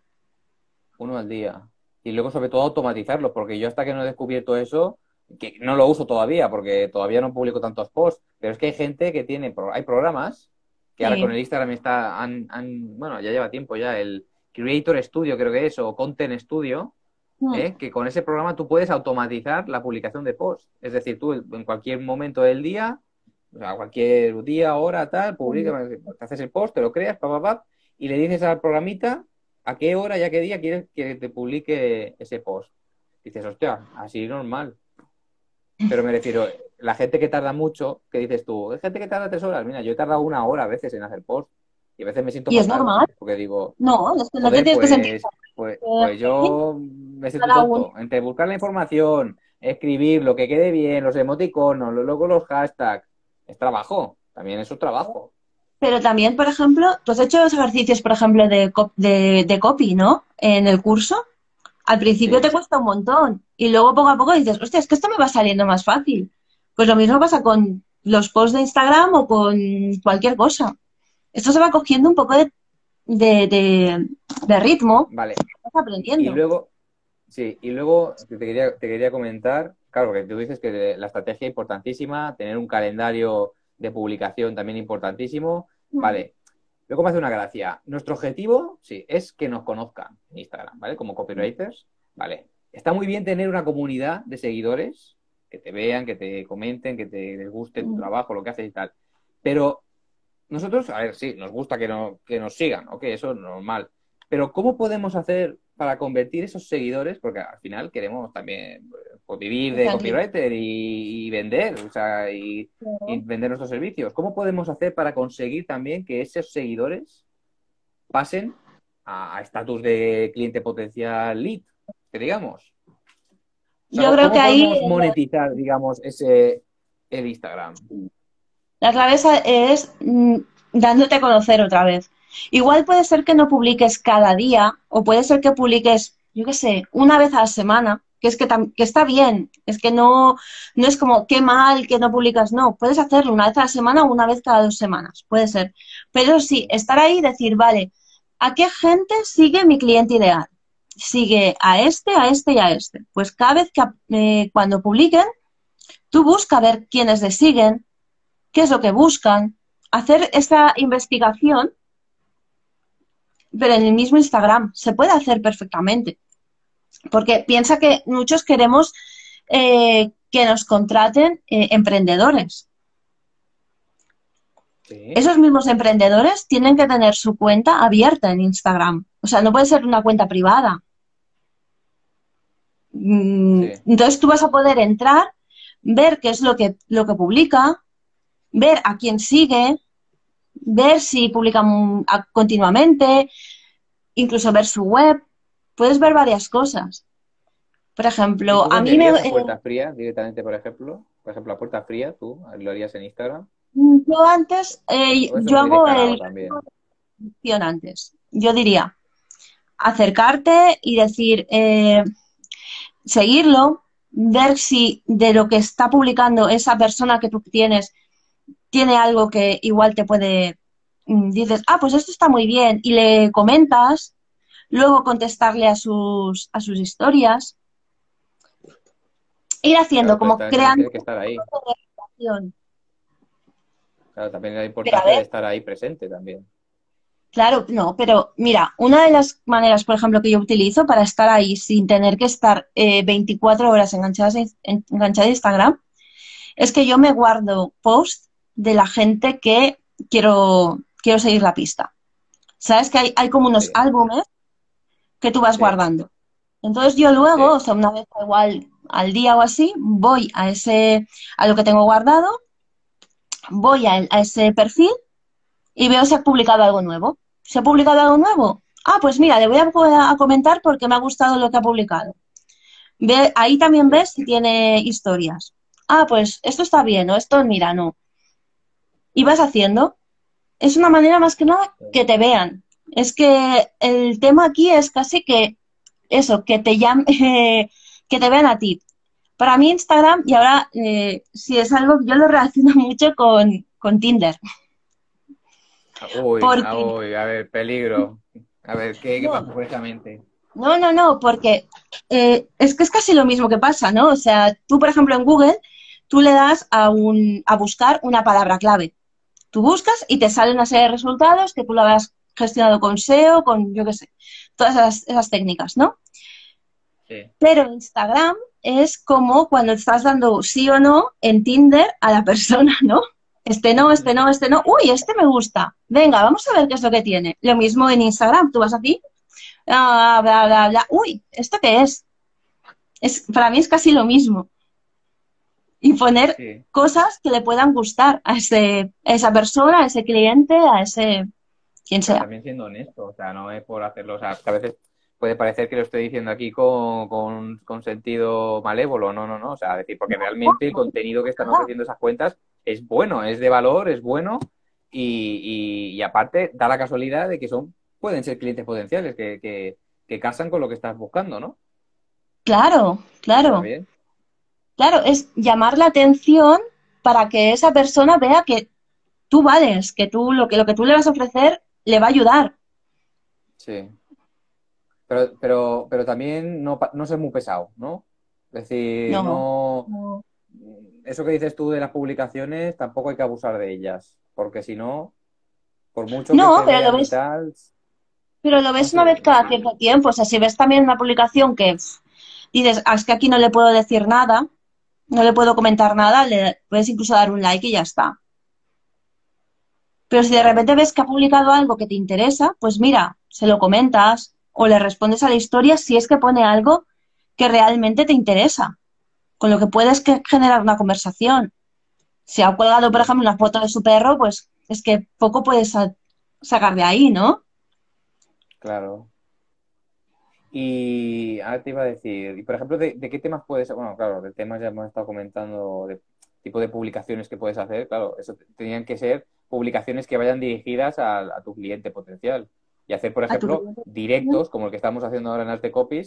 uno al día. Y luego, sobre todo, automatizarlo, porque yo hasta que no he descubierto eso, que no lo uso todavía, porque todavía no publico tantos posts, pero es que hay gente que tiene, pro- hay programas que ahora con Sí. el Instagram está, han, han- bueno, ya lleva tiempo ya, el Creator Studio creo que es, o Content Studio, Mm. ¿eh? Que con ese programa tú puedes automatizar la publicación de posts. Es decir, tú en cualquier momento del día, o sea, cualquier día, hora, tal, publica, te haces el post, te lo creas, pa, pa, pa, y le dices al programita a qué hora y a qué día quieres que te publique ese post. Dices, hostia, así normal. Pero me refiero, la gente que tarda mucho, que dices tú, hay gente que tarda tres horas. Mira, yo he tardado una hora a veces en hacer post y a veces me siento Y es fatal normal. porque digo, No, es que no te joder, tienes que sentir pues, pues, pues eh, yo me siento cada uno. tonto. Entre buscar la información, escribir lo que quede bien, los emoticonos, lo- luego los hashtags, es trabajo. También eso es trabajo. Pero también, por ejemplo, tú has hecho los ejercicios, por ejemplo, de, cop- de, de copy, ¿no? En el curso. Al principio te Sí, cuesta un montón y luego poco a poco dices, hostia, es que esto me va saliendo más fácil. Pues lo mismo pasa con los posts de Instagram o con cualquier cosa. Esto se va cogiendo un poco de, de, de- de ritmo, vale. vas Y aprendiendo. luego, sí, y luego te quería, te quería comentar, claro, que tú dices que la estrategia es importantísima, tener un calendario de publicación también importantísimo. Vale, luego me hace una gracia. Nuestro objetivo, sí, es que nos conozcan en Instagram, ¿vale? Como copywriters, ¿vale? Está muy bien tener una comunidad de seguidores que te vean, que te comenten, que te les guste tu trabajo, lo que haces y tal. Pero nosotros, a ver, sí, nos gusta que, no, que nos sigan, ok, eso es normal. Pero ¿cómo podemos hacer para convertir esos seguidores? Porque al final queremos también pues, vivir de copywriter y, y vender, o sea, y, y vender nuestros servicios. ¿Cómo podemos hacer para conseguir también que esos seguidores pasen a a estatus de cliente potencial lead, que digamos? O sea, Yo creo que ¿cómo ahí podemos monetizar, digamos, ese el Instagram? la clave es, es, mm, dándote a conocer otra vez. Igual puede ser que no publiques cada día o puede ser que publiques yo qué sé, una vez a la semana, que es que, tam- que está bien, es que no, no es como qué mal que no publicas, no, puedes hacerlo una vez a la semana o una vez cada dos semanas, puede ser. Pero sí, estar ahí y decir, vale, ¿a qué gente sigue mi cliente ideal? Sigue a este, a este y a este. Pues cada vez que eh, cuando publiquen, tú busca ver quiénes les siguen, qué es lo que buscan, hacer esa investigación, pero en el mismo Instagram se puede hacer perfectamente. Porque piensa que muchos queremos eh, que nos contraten eh, emprendedores. Sí, Esos mismos emprendedores tienen que tener su cuenta abierta en Instagram. O sea, no puede ser una cuenta privada. Mm, sí. Entonces tú vas a poder entrar, ver qué es lo que, lo que publica, ver a quién sigue, ver si publica mm, a- continuamente, incluso ver su web. Puedes ver varias cosas. Por ¿Y ejemplo, tú a mí me, venderías a eh, puerta fría directamente, por ejemplo? Por ejemplo, a puerta fría, ¿tú lo harías en Instagram? yo antes, eh, ¿O es yo muy hago descarado el también? acción antes. Yo diría acercarte y decir, eh, seguirlo, ver si de lo que está publicando esa persona que tú tienes tiene algo que igual te puede, mm, dices, ah, pues esto está muy bien, y le comentas, luego contestarle a sus, a sus historias, ir haciendo Claro, pero como también también creando tiene que estar ahí. una relación. Claro, también la Pero a importancia de ver, estar ahí presente también. claro, no, pero mira, una de las maneras, por ejemplo, que yo utilizo para estar ahí sin tener que estar eh, veinticuatro horas enganchadas en- en- enganchada a Instagram es que yo me guardo posts de la gente que quiero, quiero seguir la pista. ¿Sabes? Que hay, hay como unos Sí, álbumes que tú vas sí, guardando. Entonces yo luego, sí. o sea, una vez igual al día o así, voy a ese, a lo que tengo guardado, voy a, a ese perfil y veo si ha publicado algo nuevo. ¿Se ha publicado algo nuevo? Ah, pues mira, le voy a, a comentar porque me ha gustado lo que ha publicado. Ve, ahí también Sí. ves si tiene historias. Ah, pues esto está bien, o esto, mira, no. Y vas haciendo. Es una manera más que nada que te vean. Es que el tema aquí es casi que eso, que te llamen, que te vean a ti. Para mí Instagram, y ahora eh, si es algo, yo lo relaciono mucho con, con Tinder. Uy, ah, Porque, uy, a ver, peligro. A ver, ¿qué, qué no, pasa por esa mente? no, no, no, porque eh, es que es casi lo mismo que pasa, ¿no? O sea, tú, por ejemplo, en Google, tú le das a, un, a buscar una palabra clave. Tú buscas y te sale una serie de resultados que tú lo habrás gestionado con S E O, con, yo qué sé, todas esas, esas técnicas, ¿no? Sí. Pero Instagram es como cuando estás dando sí o no en Tinder a la persona, ¿no? Este no, este no, este no. Uy, este me gusta. Venga, vamos a ver qué es lo que tiene. Lo mismo en Instagram. Tú vas aquí, ah, bla, bla, bla. Uy, ¿esto qué es? Es, para mí es casi lo mismo. Y poner Sí. cosas que le puedan gustar a, ese, a esa persona, a ese cliente, a ese quien Pero sea. también siendo honesto, o sea, no es por hacerlo, o sea, que a veces puede parecer que lo estoy diciendo aquí con, con, con sentido malévolo, no, no, no, o sea, decir, porque realmente el contenido que están ofreciendo esas cuentas es bueno, es de valor, es bueno y, y, y aparte da la casualidad de que son, pueden ser clientes potenciales que, que, que casan con lo que estás buscando, ¿no? Claro, Eso está claro, bien. claro. Es llamar la atención para que esa persona vea que tú vales, que tú lo que, lo que tú le vas a ofrecer le va a ayudar. Sí. Pero, pero, pero también no, pa- no ser muy pesado, ¿no? Es decir, No, no. no. Eso que dices tú de las publicaciones, tampoco hay que abusar de ellas, porque si no, por mucho que No, te pero lo vean y ves, tal, pero lo no ves una sé. vez cada cierto tiempo. O sea, si ves también una publicación que pff, dices, "Ah, es que aquí no le puedo decir nada, no le puedo comentar nada", le puedes incluso dar un like y ya está. Pero si de Claro, repente ves que ha publicado algo que te interesa, pues mira, se lo comentas o le respondes a la historia si es que pone algo que realmente te interesa, con lo que puedes que- generar una conversación. Si ha colgado, por sí, ejemplo, una foto de su perro, pues es que poco puedes sa- sacar de ahí, ¿no? claro. Y ahora te iba a decir, y por ejemplo, ¿de, de qué temas puedes, bueno, claro, de temas ya hemos estado comentando, de tipo de publicaciones que puedes hacer, claro, eso te- tenían que ser publicaciones que vayan dirigidas a, a tu cliente potencial. Y hacer, por A tu ejemplo, cliente. directos, como el que estamos haciendo ahora en Arte Copies,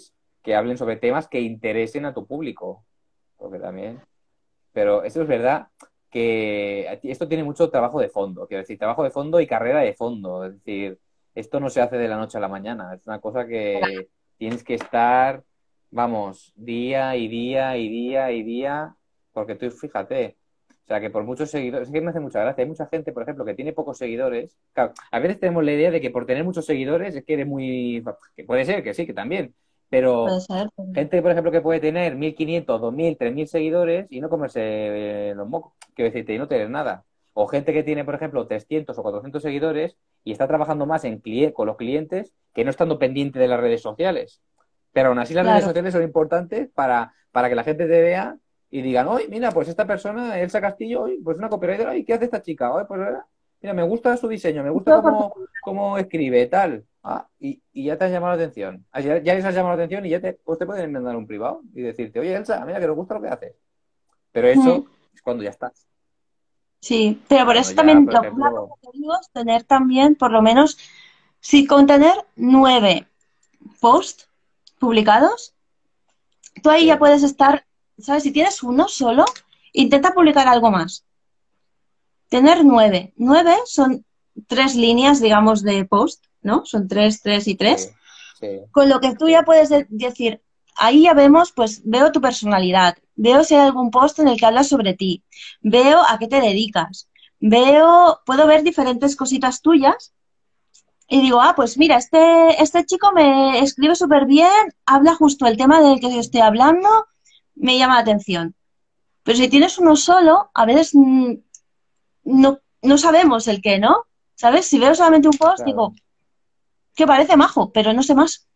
que hablen sobre temas que interesen a tu público. Porque también... Pero eso es verdad que esto tiene mucho trabajo de fondo, quiero decir, trabajo de fondo y carrera de fondo. Es decir, esto no se hace de la noche a la mañana. Es una cosa que tienes que estar, vamos, día y día y día y día, porque tú fíjate, o sea, que por muchos seguidores, es que me hace mucha gracia, hay mucha gente, por ejemplo, que tiene pocos seguidores. Claro, a veces tenemos la idea de que por tener muchos seguidores es que eres muy... que puede ser, que sí, que también, pero Puede ser. gente, por ejemplo, que puede tener mil quinientos, dos mil, tres mil seguidores y no comerse eh, los mocos, quiero decirte, y no tener nada. O gente que tiene, por ejemplo, trescientos o cuatrocientos seguidores y está trabajando más en cli- con los clientes que no estando pendiente de las redes sociales. Pero aún así las redes Claro. sociales son importantes para, para que la gente te vea y digan, oye, mira, pues esta persona, Elsa Castillo, oye, pues una copywriter, oye, ¿qué hace esta chica? Oye, pues mira, me gusta su diseño, me gusta cómo, cómo escribe, tal. Ah, y, y ya te has llamado la atención. Ah, Ya, ya les has llamado la atención y ya te, pues te pueden mandar un privado y decirte, oye, Elsa, mira, que nos gusta lo que haces. Pero eso Mm, es cuando ya estás. Sí, pero por Cuando eso ya, también por lo una cosa ejemplo, que digo es tener también, por lo menos, si con tener nueve posts publicados, tú ahí ya sí, puedes estar, ¿sabes? Si tienes uno solo, intenta publicar algo más. Tener nueve. Nueve son tres líneas, digamos, de post, ¿no? Son tres, tres y tres. sí, sí, Con lo que tú ya sí, puedes de- decir, ahí ya vemos, pues veo tu personalidad, veo si hay algún post en el que hablas sobre ti, veo a qué te dedicas, veo, puedo ver diferentes cositas tuyas y digo, ah, pues mira, este, este chico me escribe súper bien, habla justo el tema del que yo estoy hablando, me llama la atención. Pero si tienes uno solo, a veces mm, no, no sabemos el qué, ¿no? ¿Sabes? Si veo solamente un post, digo, claro, que parece majo, pero no sé más.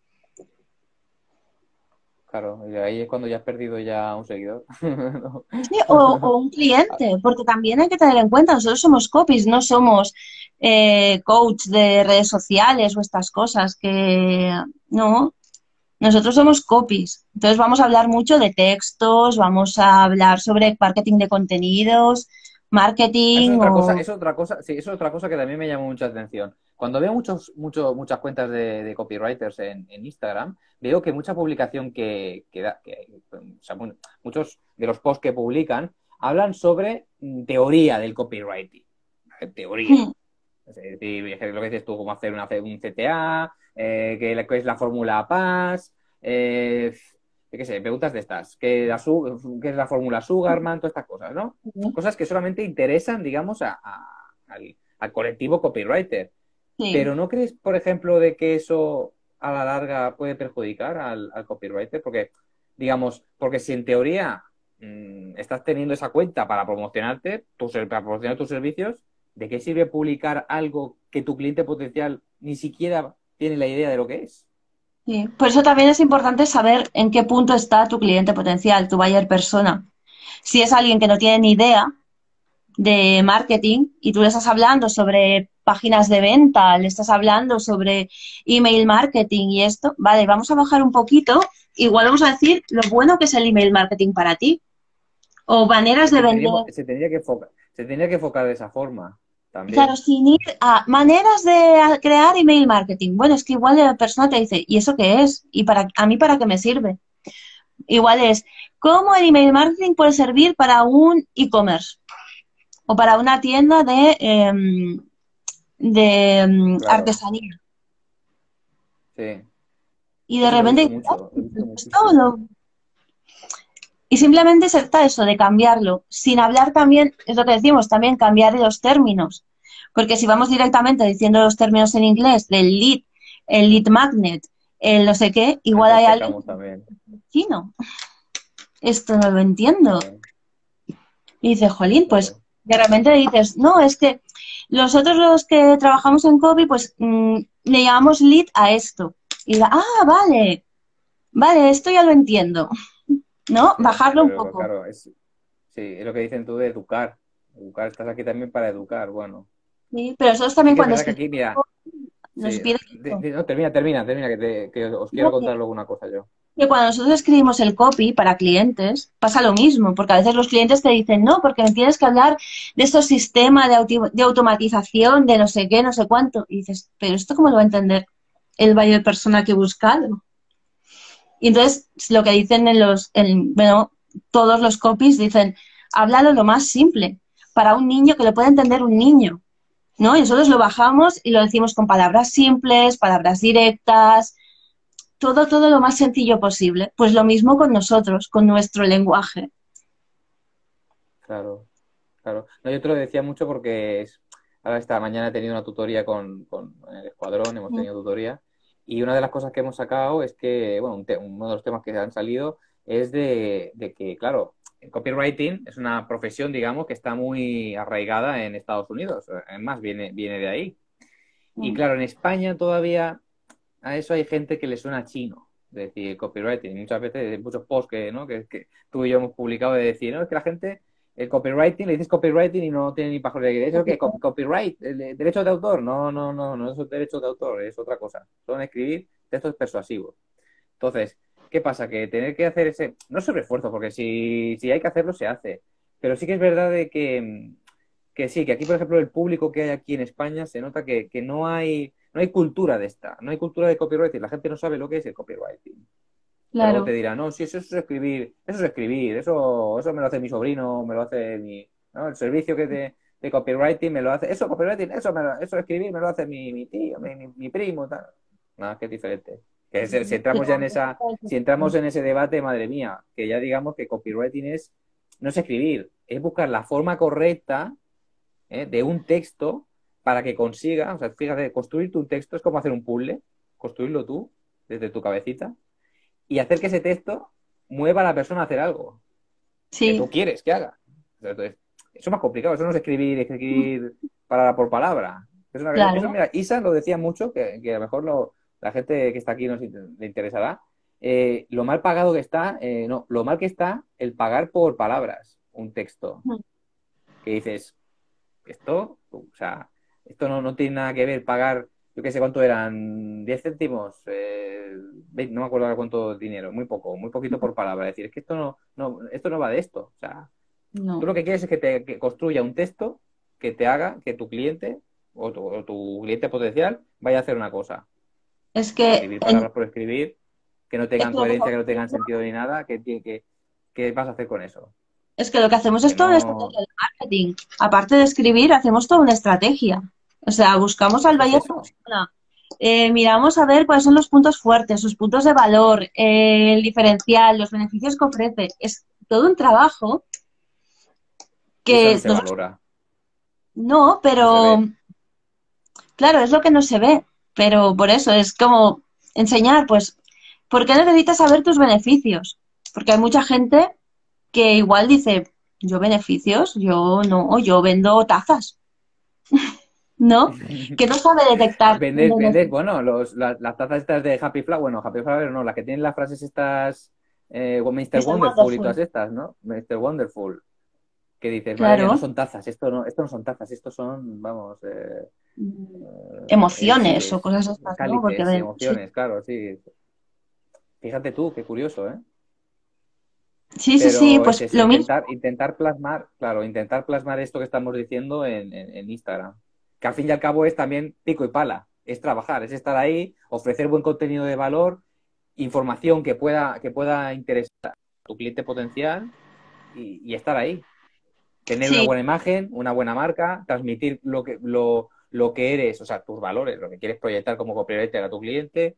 claro. Y ahí es cuando ya has perdido ya un seguidor. ¿No? Sí, o, o un cliente, porque también hay que tener en cuenta, nosotros somos copies, no somos eh, coach de redes sociales o estas cosas que no, nosotros somos copies. Entonces vamos a hablar mucho de textos, vamos a hablar sobre marketing de contenidos, Eso es marketing otra cosa, o... eso es otra cosa, sí, eso es otra cosa que también me llamó mucha atención. Cuando veo muchos, mucho, muchas cuentas de, de copywriters en, en Instagram, veo que mucha publicación que, que, da- que- o sea, bueno, muchos de los posts que publican hablan sobre mm, teoría del copywriting. ¿Vale? Teoría. Hmm, Es decir, lo que dices tú, cómo hacer una, un C T A, eh, qué, qué es la fórmula PAS, eh, yo qué sé, preguntas de estas, qué, la su- qué es la fórmula Sugarman, todas estas cosas, ¿no? Cosas que solamente interesan, digamos, a- a- al, al colectivo copywriter. sí, Pero ¿no crees, por ejemplo, de que eso a la larga puede perjudicar al, al copywriter? Porque, digamos, porque si en teoría mm, estás teniendo esa cuenta para promocionarte, tus, para promocionar tus servicios, ¿de qué sirve publicar algo que tu cliente potencial ni siquiera tiene la idea de lo que es? sí. Por eso también es importante saber en qué punto está tu cliente potencial, tu buyer persona. Si es alguien que no tiene ni idea de marketing y tú le estás hablando sobre páginas de venta, le estás hablando sobre email marketing y esto, vale, vamos a bajar un poquito, igual vamos a decir lo bueno que es el email marketing para ti o maneras Es de que vender. tendríamos- se tendría que enfocar, se tendría que enfocar de esa forma Claro, también. sin ir a maneras de crear email marketing. Bueno, es que igual la persona te dice, ¿y eso qué es? ¿Y para a mí para qué me sirve? Igual es, ¿cómo el email marketing puede servir para un e-commerce o para una tienda de, em, de em, Claro, artesanía? sí. Y de Eso lo he repente visto dices, "Ah, mucho, lo he visto esto muchísimo. lo-". Y simplemente se trata eso, de cambiarlo. Sin hablar también, es lo que decimos, también cambiar los términos. Porque si vamos directamente diciendo los términos en inglés, del lead, el lead magnet, el no sé qué, A igual veces hay alguien pecamos también. chino. Esto no lo entiendo. Sí, Y dice, jolín, pues claro. de repente dices, no, es que nosotros los que trabajamos en copy, pues mm, le llamamos lead a esto. Y diga, ah, vale, vale, esto ya lo entiendo. ¿No? Sí, Bajarlo un pero poco. claro, es, sí, es lo que dicen tú de educar. Educar, estás aquí también para educar. Bueno, Sí, pero nosotros sí también que es cuando verdad que escribimos aquí, mira, nos sí, piden de- esto. de- no, termina, termina, termina, que, te- que os quiero No, que, contar luego una cosa yo. que cuando nosotros escribimos el copy para clientes, pasa lo mismo, porque a veces los clientes te dicen, no, porque me tienes que hablar de estos sistemas de, auti- de automatización, de no sé qué, no sé cuánto. Y dices, pero ¿esto cómo lo va a entender el buyer persona que he buscado? Y entonces lo que dicen en los, en, bueno, todos los copies dicen, háblalo lo más simple, para un niño que lo pueda entender un niño, ¿no? Y nosotros lo bajamos y lo decimos con palabras simples, palabras directas, todo, todo lo más sencillo posible. Pues lo mismo con nosotros, con nuestro lenguaje. Claro, claro. No, yo te lo decía mucho porque es, ahora esta mañana he tenido una tutoría con, con el escuadrón, hemos tenido tutoría, y una de las cosas que hemos sacado es que, bueno, un te- uno de los temas que han salido es de, de que, claro, el copywriting es una profesión, digamos, que está muy arraigada en Estados Unidos. Es más, viene, viene de ahí. Y claro, en España todavía a eso hay gente que le suena chino, de decir copywriting. Muchas veces, en muchos posts que, ¿no? que, que tú y yo hemos publicado de decir, no, es que la gente, el copywriting, le dices copywriting y no tiene ni pajolera de eso que cop- copyright, el de- derecho de autor. No, no, no, no es derecho de autor, es otra cosa. Son escribir textos persuasivos. Entonces, ¿qué pasa? Que tener que hacer ese, no sobreesfuerzo, porque si, si hay que hacerlo, se hace. Pero sí que es verdad de que, que sí, que aquí, por ejemplo, el público que hay aquí en España se nota que, que no hay, no hay cultura de esta, no hay cultura de copywriting. La gente no sabe lo que es el copywriting. Pero luego te Claro. dirán, no, sí, eso es escribir, eso es escribir, eso, eso me lo hace mi sobrino, me lo hace mi, ¿no? El servicio que de, de copywriting me lo hace, eso copywriting, eso, me lo- eso de escribir me lo hace mi, mi tío, mi, mi, mi primo, tal. Nada, que es diferente. Que si, si entramos ya en esa, si entramos en ese debate, madre mía, que ya digamos que copywriting es, no es escribir, es buscar la forma correcta, ¿eh? de un texto para que consiga, o sea, fíjate, construir tu texto es como hacer un puzzle, construirlo tú, desde tu cabecita, y hacer que ese texto mueva a la persona a hacer algo que tú Sí, quieres que haga. O sea, entonces, eso es más complicado, eso no es escribir, escribir palabra por palabra. Es una- eso, claro. mira, Isa lo decía mucho, que, que a lo mejor lo- la gente que está aquí nos in- le interesará. Eh, lo mal pagado que está, eh, no, lo mal que está el pagar por palabras un texto. Que dices, esto, o sea, esto no, no tiene nada que ver pagar, yo qué sé cuánto eran, diez céntimos, eh, veinte, no me acuerdo ahora cuánto dinero, muy poco, muy poquito por palabra. Es decir, es que esto no, no, esto no va de esto. O sea, tú No. lo que quieres es que te que construya un texto que te haga que tu cliente o tu, o tu cliente potencial vaya a hacer una cosa. Es que, Escribir en- palabras por escribir, que no es tengan que lo que coherencia, que no tengan sentido ni nada, ¿qué, qué, qué- qué vas a hacer con eso? Es que lo que hacemos es Que toda una no... estrategia de marketing. Aparte de escribir, hacemos toda una estrategia. O sea, buscamos al Es que es buyer eso. persona. Eh, miramos a ver cuáles son los puntos fuertes, sus puntos de valor, eh, el diferencial, los beneficios que ofrece. Es todo un trabajo Y eso que no se nosotros valora, no, no se pero ve. claro, es lo que no se ve. Pero por eso es como enseñar, pues, ¿por qué necesitas saber tus beneficios? Porque hay mucha gente que igual dice, yo beneficios, yo no, yo vendo tazas, ¿no? Que no sabe detectar un Vendes, vendes, beneficio. bueno, los, las, las tazas estas de Happy Flower, bueno, Happy Flower no, las que tienen las frases estas, eh, míster Mister Wonderful y Wonderful. todas estas, ¿no? míster Wonderful, que dices, madre mía, no Claro. son tazas, esto no, esto no son tazas, esto son, vamos, eh, Mm, eh, Emociones o elixires, cosas estas, ¿no? Porque cálices, ven, sí, emociones, claro, sí. Fíjate tú, qué curioso, ¿eh? sí, sí, sí, Pero es pues eso, lo mismo. intentar, intentar plasmar, claro, intentar plasmar esto que estamos diciendo en, en, en Instagram. Que al fin y al cabo es también pico y pala, es trabajar, es estar ahí, ofrecer buen contenido de valor, información que pueda, que pueda interesar a tu cliente potencial y, y estar ahí. Tener una Sí, buena imagen, una buena marca, transmitir lo que, lo, lo que eres, o sea, tus valores, lo que quieres proyectar como copywriter a tu cliente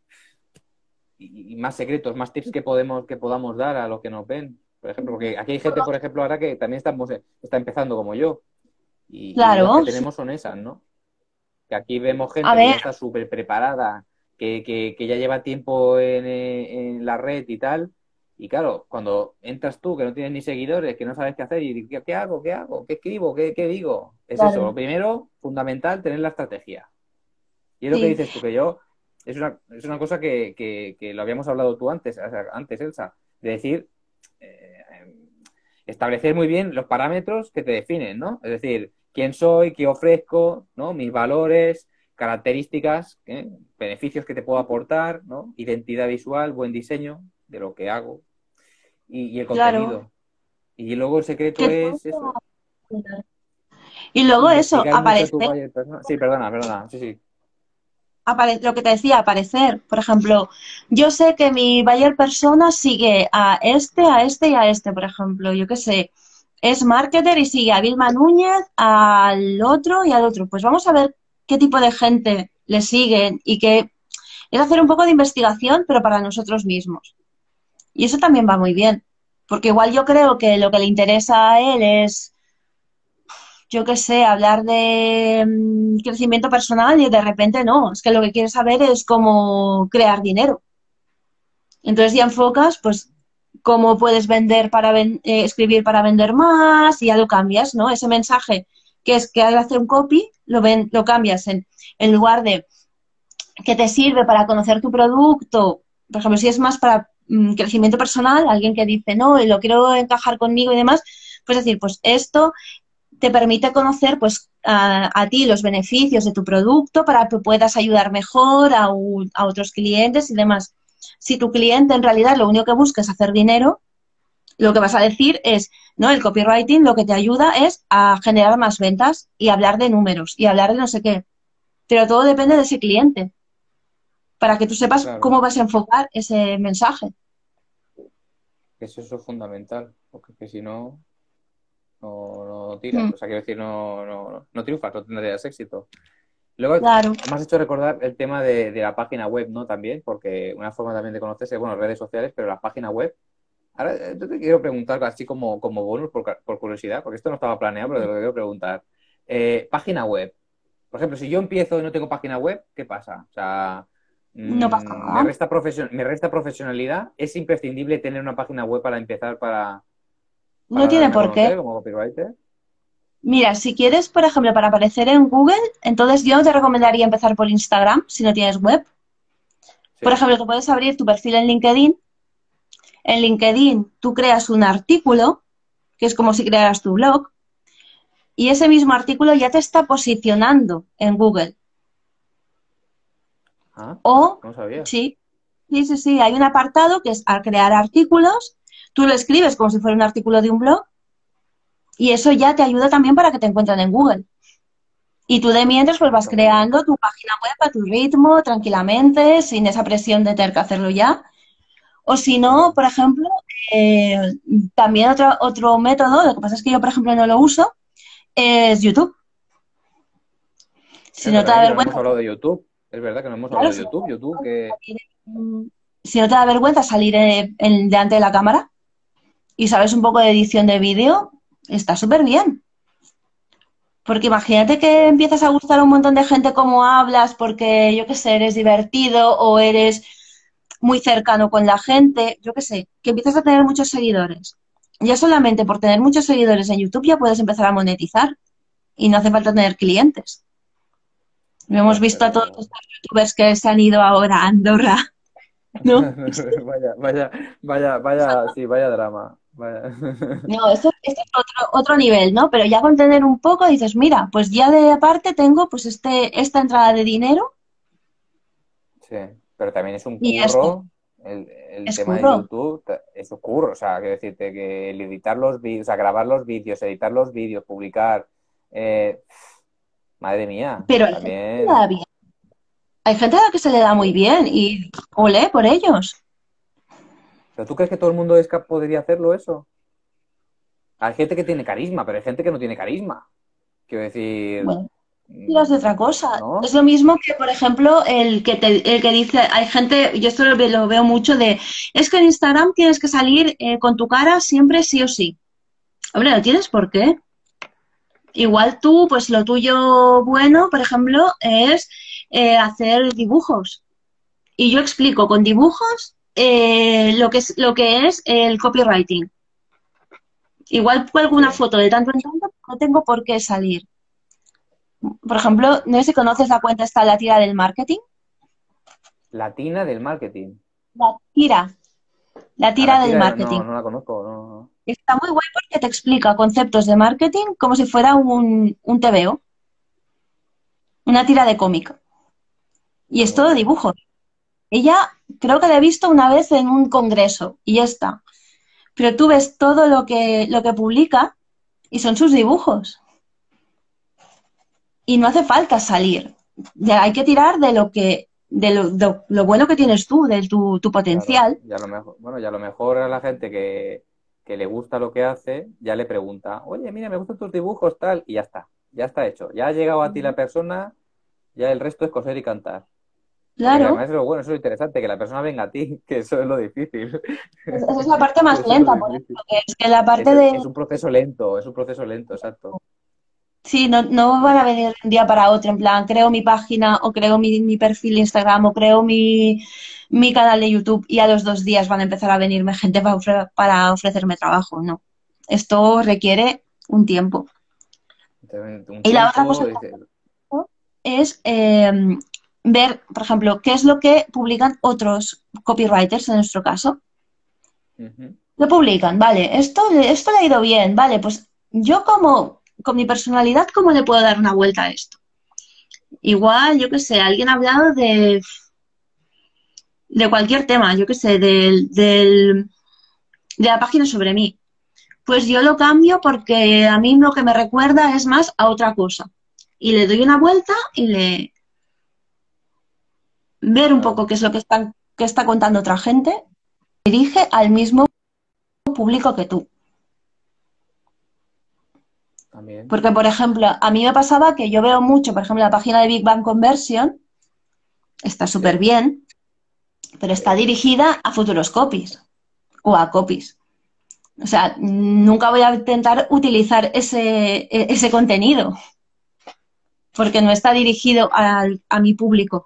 y, y más secretos, más tips que podemos, que podamos dar a los que nos ven. Por ejemplo, porque aquí hay gente, por ejemplo, ahora que también estamos, está empezando como yo. Y, y dudas que claro. Sí. tenemos son esas, ¿no? Que aquí vemos A gente que ver, ya está súper preparada, que, que, que ya lleva tiempo en, eh, en la red y tal. Y claro, cuando entras tú, que no tienes ni seguidores, que no sabes qué hacer, y ¿qué, qué hago? ¿Qué hago? ¿Qué escribo? ¿Qué, qué digo? Es eso. Lo claro, primero, fundamental, tener la estrategia. Y es lo que sí, dices tú, que yo, es una, es una cosa que, que, que lo habíamos hablado tú antes, o sea, antes, Elsa, de decir, eh, establecer muy bien los parámetros que te definen, ¿no? Es decir, quién soy, qué ofrezco, ¿no? Mis valores, características, ¿eh? Beneficios que te puedo aportar, ¿no? Identidad visual, buen diseño de lo que hago y, y el claro. contenido. Y luego el secreto Que todo es eso, sea- Y luego eso, investigar mucho a tu aparecer. buyer persona. Sí, perdona, perdona, sí, sí. apare- lo que te decía, aparecer. Por ejemplo, yo sé que mi buyer persona sigue a este, a este y a este, por ejemplo. Yo qué sé, es marketer y sigue a Vilma Núñez, al otro y al otro. Pues vamos a ver qué tipo de gente le siguen y qué... Es hacer un poco de investigación, pero para nosotros mismos. Y eso también va muy bien, porque igual yo creo que lo que le interesa a él es, yo qué sé, hablar de mm, crecimiento personal y de repente no, es que lo que quiere saber es cómo crear dinero. Entonces ya enfocas, pues, cómo puedes vender para ven- eh, escribir para vender más y ya lo cambias, ¿no? Ese mensaje que es que al hacer un copy, lo, ven, lo cambias en, en lugar de que te sirve para conocer tu producto, por ejemplo, si es más para mm, crecimiento personal, alguien que dice, no, y lo quiero encajar conmigo y demás, pues decir, pues esto te permite conocer pues a, a ti los beneficios de tu producto para que puedas ayudar mejor a, un- a otros clientes y demás. Si tu cliente en realidad lo único que busca es hacer dinero, lo que vas a decir es, no, el copywriting lo que te ayuda es a generar más ventas y hablar de números y hablar de no sé qué. Pero todo depende de ese cliente, para que tú sepas Claro, cómo vas a enfocar ese mensaje. que eso es fundamental, porque que si no, no, no tiras. Mm, O sea, quiero decir, no, no, no triunfas, no tendrías éxito. Luego, claro, me has hecho recordar el tema de, de la página web, ¿no? También, porque una forma también de conocerse, bueno, redes sociales, pero la página web. Ahora, eh, yo te quiero preguntar, así como, como bonus, por, ca- por curiosidad, porque esto no estaba planeado, pero te lo quiero preguntar. Eh, página web. Por ejemplo, si yo empiezo y no tengo página web, ¿qué pasa? O sea, no pasa mm, me nada. resta profesio- me resta profesionalidad. ¿Es imprescindible tener una página web para empezar, para, No para tiene darme a por qué. conocer como copywriter? Mira, si quieres, por ejemplo, para aparecer en Google, entonces yo te recomendaría empezar por Instagram, si no tienes web. Por Sí. ejemplo, tú puedes abrir tu perfil en LinkedIn. En LinkedIn tú creas un artículo, que es como si crearas tu blog, y ese mismo artículo ya te está posicionando en Google. Ah, O, no sabía. sí, sí, sí, sí, hay un apartado que es al crear artículos, tú lo escribes como si fuera un artículo de un blog, y eso ya te ayuda también para que te encuentren en Google. Y tú de mientras pues Ah, vas está muy bien. creando tu página web a tu ritmo, tranquilamente, sin esa presión de tener que hacerlo ya. O si no, Claro. por ejemplo, eh, también otro, otro método, lo que pasa es que yo, por ejemplo, no lo uso, es YouTube. Si Es no te verdad da que no hemos vergüenza, hablado de YouTube. Es verdad que no hemos claro, hablado de si no, YouTube. YouTube, que... mm, si no te da vergüenza salir eh, en- delante de la cámara y sabes un poco de edición de vídeo, está súper bien. Porque imagínate que empiezas a gustar a un montón de gente cómo hablas porque, yo qué sé, eres divertido o eres muy cercano con la gente, yo qué sé, que empiezas a tener muchos seguidores. Ya solamente por tener muchos seguidores en YouTube ya puedes empezar a monetizar y no hace falta tener clientes. Lo hemos Ostras, visto a todos pero... estos youtubers que se han ido ahora a Andorra, ¿no? Vaya, vaya, vaya, vaya, sí, vaya drama. Vaya. No, esto, esto es otro, otro nivel, ¿no? Pero ya con tener un poco dices, mira, pues ya de aparte tengo pues este, esta entrada de dinero Sí, pero también es un y ya está. curro, el, el Es tema de curro. YouTube ta- es un curro, o sea, quiero decirte que el editar los vídeos, o sea, grabar los vídeos, editar los vídeos, publicar, eh, madre mía, Pero hay gente que se le también, da bien. Hay gente a la que se le da muy sí. bien y olé por ellos. ¿Pero tú crees que todo el mundo es cap- podría hacerlo eso? Hay gente que tiene carisma, pero hay gente que no tiene carisma. Quiero decir, Bueno, tiras de otra mm, cosa. Es ¿no? lo mismo que, por ejemplo, el que te, el que dice, hay gente, yo esto lo, ve- lo veo mucho de, es que en Instagram tienes que salir eh, con tu cara siempre sí o sí. Hombre, no tienes por qué. Igual tú, pues lo tuyo bueno, por ejemplo, es eh, hacer dibujos. Y yo explico con dibujos eh, lo que es, lo que es el copywriting. Igual cuelgo Sí. una foto de tanto en tanto, no tengo por qué salir. Por ejemplo, no sé si conoces la cuenta esta, la tira del marketing. Latina del marketing. La tira, la A la tira del tira, no, marketing. no la conozco, no, no. Está muy guay porque te explica conceptos de marketing como si fuera un, un T V O, una tira de cómic. Y Está es muy todo bien. dibujo. Ella creo que la he visto una vez en un congreso y ya está. Pero tú ves todo lo que, lo que publica y son sus dibujos. Y no hace falta salir. de- hay que tirar de lo que, de lo, de lo bueno que tienes tú, de tu, tu Claro, potencial. y a lo mejor, bueno, y a lo mejor a la gente que, que le gusta lo que hace, ya le pregunta, oye, mira, me gustan tus dibujos, tal, y ya está, ya está hecho. Ya ha llegado a ti la persona, ya el resto es coser y cantar. Porque además Claro, es lo bueno, eso es lo interesante, que la persona venga a ti, que eso es lo difícil. es- esa es la parte más Eso es lo lenta, por difícil. ejemplo, que es que la Es, parte es de, un proceso lento, es un proceso lento, exacto. sí, no, no van a venir de un día para otro, en plan, creo mi página o creo mi, mi perfil de Instagram o creo mi, mi canal de YouTube y a los dos días van a empezar a venirme gente para, ofre- para ofrecerme trabajo, no. Esto requiere un tiempo. Entonces, un Y la otra tiempo, cosa dice, es eh, ver, por ejemplo, qué es lo que publican otros copywriters en nuestro caso. ujú, Lo publican, vale, esto, esto le ha ido bien, vale, pues yo como, con mi personalidad, ¿cómo le puedo dar una vuelta a esto? Igual, yo qué sé, alguien ha hablado de, de cualquier tema, yo qué sé, del, del, de la página sobre mí. Pues yo lo cambio porque a mí lo que me recuerda es más a otra cosa. Y le doy una vuelta y le ver un claro, poco qué es lo que está, que está contando otra gente, dirige al mismo público que tú. también. Porque, por ejemplo, a mí me pasaba que yo veo mucho, por ejemplo, la página de Big Bang Conversion, está súper Sí, bien, pero está sí, dirigida a futuros copies o a copies. O sea, nunca voy a intentar utilizar ese, ese contenido porque no está dirigido al- a mi público,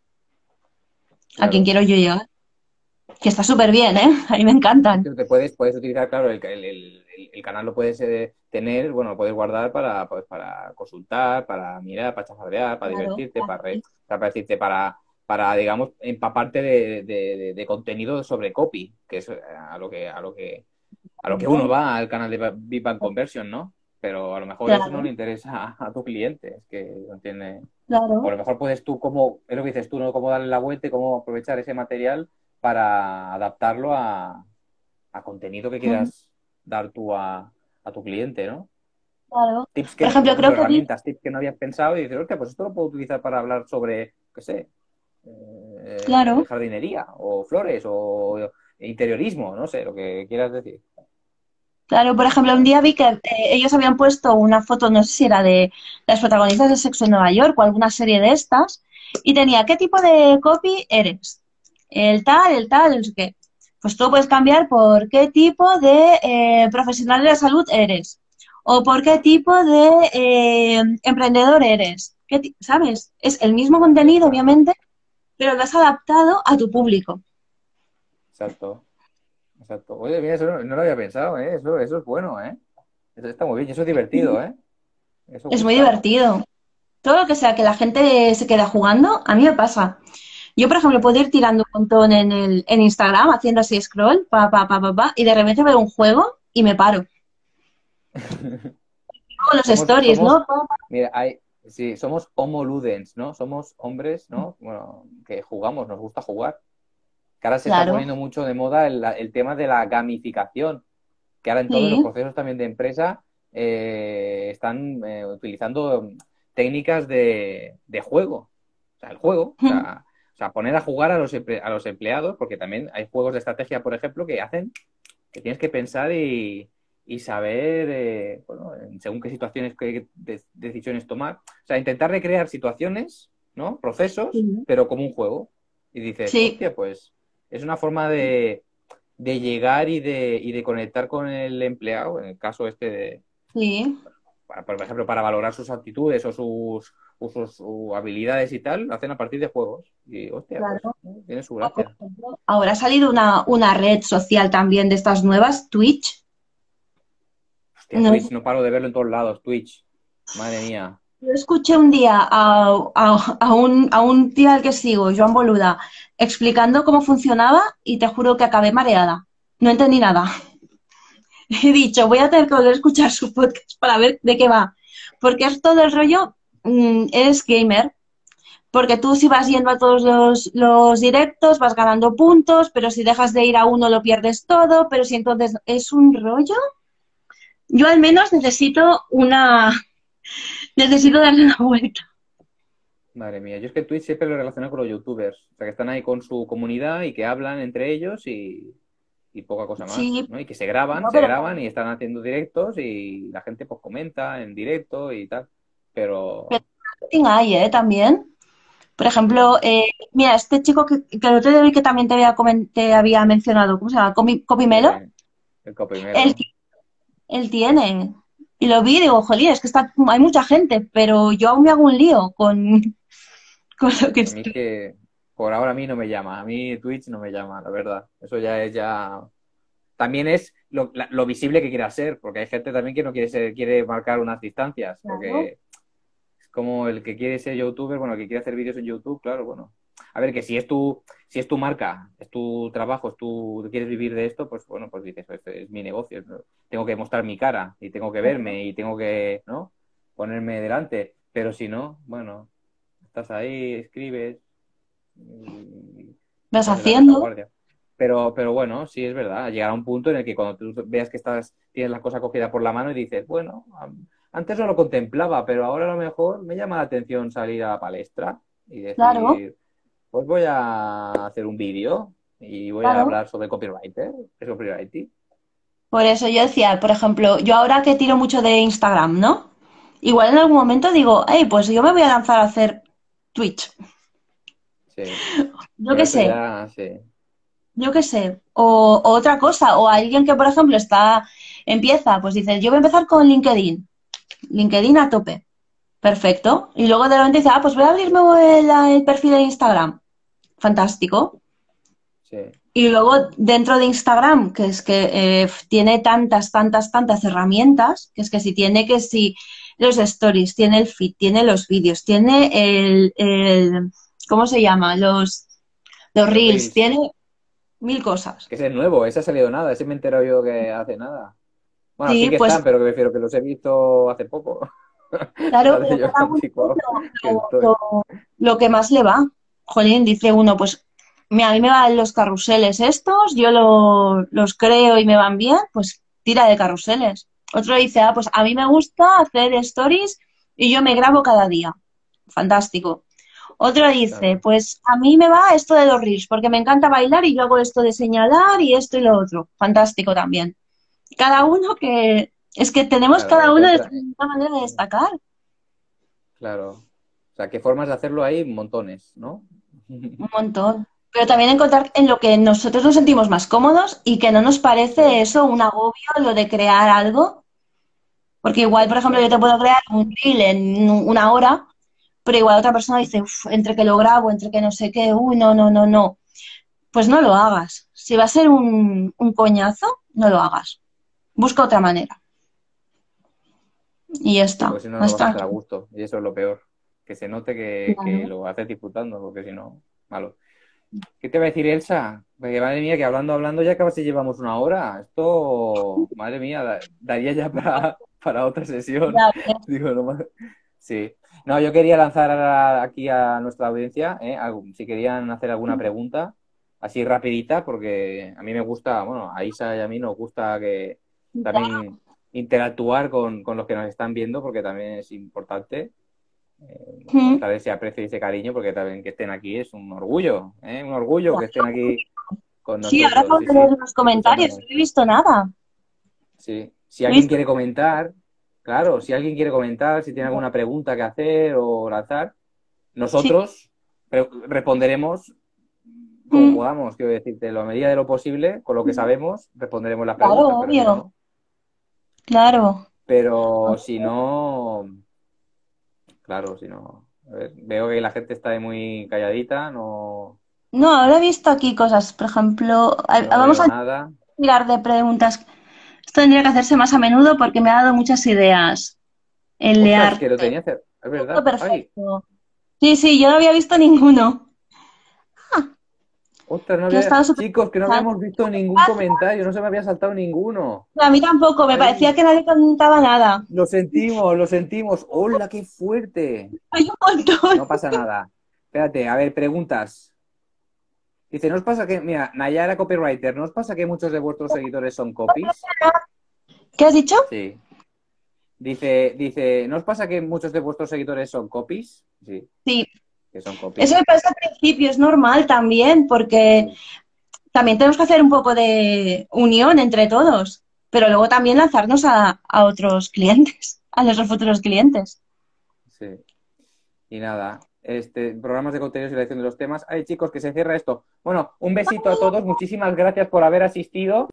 a quien claro. quiero yo llegar. Que está súper bien, ¿eh? A mí me Es encantan. que te puedes, puedes utilizar, claro, el, el- el- el canal lo puedes eh, tener, bueno, lo puedes guardar para, pues, para consultar, para mirar, para chafardear, para Claro, divertirte, para, re- para decirte, para, para, digamos, empaparte de, de- de- de contenido sobre copy, que es eh, a lo que, a lo que, a lo que uno va al canal de Big Bang Conversion, ¿no? Pero a lo mejor eso no claro, le interesa a, a tu cliente, es que no tiene. O a claro. lo mejor puedes tú, como, es lo que dices tú, ¿no? Cómo darle la vuelta y cómo aprovechar ese material para adaptarlo a a contenido que Mm, quieras dar tú a, a tu cliente, ¿no? claro. Tips Por que, por ejemplo, ejemplo, creo que di- herramientas, tips que no habías pensado y dices, hostia, pues esto lo puedo utilizar para hablar sobre, qué sé, eh, claro, jardinería o flores o interiorismo, no sé, lo que quieras decir. claro. Por ejemplo, un día vi que eh, ellos habían puesto una foto, no sé si era de las protagonistas de Sexo en Nueva York o alguna serie de estas, y tenía, ¿qué tipo de copy eres? El tal, el tal, el no sé qué. Pues tú puedes cambiar por qué tipo de eh, profesional de la salud eres o por qué tipo de eh, emprendedor eres. ¿Qué ti- ¿Sabes? Es el mismo Ya contenido, está, obviamente, pero lo has adaptado a tu público. exacto, exacto. Oye, mira, eso no, no lo había pensado, ¿eh? Eso, eso es bueno, ¿eh? Eso está muy bien y eso es divertido, ¿eh? Eso Es muy gusta. divertido. Todo lo que sea que la gente se queda jugando, a mí me pasa. Yo, por ejemplo, puedo ir tirando un montón en el, en Instagram, haciendo así scroll, pa, pa, pa, pa, pa, y de repente veo un juego y me paro. Luego los Somos, stories, somos, ¿no? Pa, pa. mira, hay, sí, somos homo ludens, ¿no? Somos hombres, ¿no? Bueno, que jugamos, nos gusta jugar. Que ahora se está Claro, poniendo mucho de moda el, el tema de la gamificación, que ahora en todos los sí. procesos también de empresa eh, están eh, utilizando técnicas de, de juego. O sea, el juego, o sea, o sea, poner a jugar a los, emple- a los empleados, porque también hay juegos de estrategia, por ejemplo, que hacen que tienes que pensar y, y saber, eh, bueno, en según qué situaciones, qué de- decisiones tomar. O sea, intentar recrear situaciones, ¿no? Procesos, Sí, pero como un juego. Y dices, sí, hostia, pues es una forma de, de llegar y de, y de conectar con el empleado, en el caso este de, sí, para- por ejemplo, para valorar sus actitudes o sus, o sus, sus habilidades y tal, lo hacen a partir de juegos. Y, hostia, pues claro. ¿no? Tiene su O, por gracia. ejemplo, ahora ha salido una, una red social también de estas nuevas, Twitch. Hostia, No. Twitch, no paro de verlo en todos lados, Twitch. Madre mía. Yo escuché un día a, a- a un, a un tío al que sigo, Joan Boluda, explicando cómo funcionaba y te juro que acabé mareada. No entendí nada. He dicho, voy a tener que volver a escuchar su podcast para ver de qué va. Porque es todo el rollo, mm, eres gamer, porque tú si vas yendo a todos los, los directos vas ganando puntos, pero si dejas de ir a uno lo pierdes todo, pero si entonces es un rollo, yo al menos necesito una, necesito darle una vuelta. Madre mía, yo es que Twitch siempre lo relaciono con los youtubers, o sea, que están ahí con su comunidad y que hablan entre ellos y, y poca cosa más, Sí, ¿no? Y que se graban, no, se pero graban y están haciendo directos y la gente pues comenta en directo y tal, pero pero marketing hay, ¿eh? También. Por ejemplo, mm, eh, mira, este chico que, que el otro día vi que también te había, comen- te había mencionado, ¿cómo se llama? Comi- Copimelo. eh, el Él, copimelo. él tiene. Y lo vi y digo, jolín, es que está, hay mucha gente, pero yo aún me hago un lío con, con lo que A mí es estoy. que por ahora a mí no me llama, a mí Twitch no me llama, la verdad. Eso ya es ya... También es lo, la- lo visible que quiera ser, porque hay gente también que no quiere ser, quiere marcar unas distancias, Claro, porque es como el que quiere ser youtuber, bueno, el que quiere hacer vídeos en YouTube, claro, bueno. A ver, que si es tu, si es tu marca, es tu trabajo, es tu, tú quieres vivir de esto, pues bueno, pues dices, este es mi negocio, ¿no? Tengo que mostrar mi cara y tengo que verme y tengo que, ¿no? Ponerme delante. Pero si no, bueno, estás ahí, escribes y vas estás en la haciendo. retaguardia. Pero, pero bueno, sí es verdad, llegará un punto en el que cuando tú veas que estás, tienes la cosa cogida por la mano y dices, bueno, am- antes no lo contemplaba, pero ahora a lo mejor me llama la atención salir a la palestra y Claro, decir, pues voy a hacer un vídeo y voy a claro. hablar sobre copywriter, es copywriting. Por eso yo decía, por ejemplo, yo ahora que tiro mucho de Instagram, ¿no? Igual en algún momento digo, hey, pues yo me voy a lanzar a hacer Twitch. Sí, Yo pero qué eso sé, ya, sí, yo qué sé. O, o otra cosa, o alguien que, por ejemplo, está, empieza, pues dice, yo voy a empezar con LinkedIn. LinkedIn a tope. Perfecto. Y luego de repente dice, ah, pues voy a abrirme el, el perfil de Instagram. Fantástico. sí, Y luego dentro de Instagram, que es que eh, tiene tantas, tantas, tantas herramientas, que es que si tiene que si los stories, tiene el feed, tiene los vídeos, tiene el, el ¿cómo se llama? Los, los los reels, reels, tiene mil cosas. que ese es nuevo, ese ha salido nada, ese me he enterado yo que hace nada. Bueno, sí Sí, que están, pues pero que prefiero que los he visto hace poco. claro, Fíjate pero yo cada lo uno anticuado que lo, estoy. lo- lo que más le va. Jolín, dice uno, pues mira, a mí me van los carruseles estos, yo lo- los creo y me van bien, pues tira de carruseles. Otro dice, ah, pues a mí me gusta hacer stories y yo me grabo cada día. Fantástico. Otro dice, Claro, pues a mí me va esto de los reels, porque me encanta bailar y yo hago esto de señalar y esto y lo otro. Fantástico también. Cada uno que... Es que tenemos claro, cada uno de encuentra, una manera de destacar. claro. O sea, qué formas de hacerlo hay montones, ¿no? Un montón. Pero también encontrar en lo que nosotros nos sentimos más cómodos y que no nos parece Sí, eso un agobio, lo de crear algo. Porque igual, por sí, ejemplo, yo te claro, puedo crear un reel en una hora, pero igual otra persona dice, "Uf, entre que lo grabo, entre que no sé qué, uy, no, no, no, no". Pues no lo hagas. Si va a ser un, un coñazo, no lo hagas. Busca otra manera. Y ya sí, está. porque si no, No no lo vas a hacer está. a gusto. Y eso es lo peor. Que se note que, que Claro. lo haces disfrutando, porque si no, malo. ¿Qué te va a decir Elsa? Porque madre mía, que hablando, hablando ya casi llevamos una hora. Esto, madre mía, da- daría ya para, para otra sesión. Ya ves. Digo, no más. Sí. No, yo quería lanzar a- aquí a nuestra audiencia, ¿eh? algún- si querían hacer alguna pregunta, así rapidita, porque a mí me gusta, bueno, a Isa y a mí nos gusta que también interactuar con, con los que nos están viendo, porque también es importante eh, Mm. mostrar ese aprecio y ese cariño, porque también que estén aquí es un orgullo, ¿eh? Un orgullo que estén aquí con Sí, ahora nosotros, acabo sí, de leer sí, los comentarios, escuchándonos. no he visto nada. Sí. Si No he alguien visto quiere comentar, claro, si alguien quiere comentar, si tiene alguna pregunta que hacer o lanzar, sí. nosotros re- responderemos como Mm. podamos, quiero decirte, a medida de lo posible, con lo que sabemos, responderemos las Claro, preguntas, pero si no, obvio. no. Claro. Pero si no, claro, si no. A ver, veo que la gente está ahí muy calladita, no, No, ahora he visto aquí cosas. Por ejemplo, a- no vamos veo a nada. tirar de preguntas. Esto tendría que hacerse más a menudo porque me ha dado muchas ideas. El de Ostras, que lo arte. tenía que hacer, es Todo verdad. Ay, perfecto. Sí, sí, yo no había visto ninguno. ostras, no Que ha había, estado súper chicos, que no interesante. habíamos visto ningún comentario, no se me había saltado ninguno. A mí tampoco, me parecía Ay, que nadie comentaba nada. lo sentimos, lo sentimos. ¡Hola, qué fuerte! Hay un montón. No pasa nada. Espérate, a ver, preguntas. Dice, ¿no os pasa que, mira, Nayara Copywriter, ¿no os pasa que muchos de vuestros seguidores son copies? ¿Qué has dicho? Sí. Dice, dice, ¿no os pasa que muchos de vuestros seguidores son copies? Sí. Sí, que son copies. Eso me pasa al principio, es normal también, porque también tenemos que hacer un poco de unión entre todos, pero luego también lanzarnos a, a otros clientes, a nuestros futuros clientes. Sí. Y nada, este, programas de contenido y selección de los temas. Ay, chicos, que se cierra esto. Bueno, un besito a todos. Muchísimas gracias por haber asistido.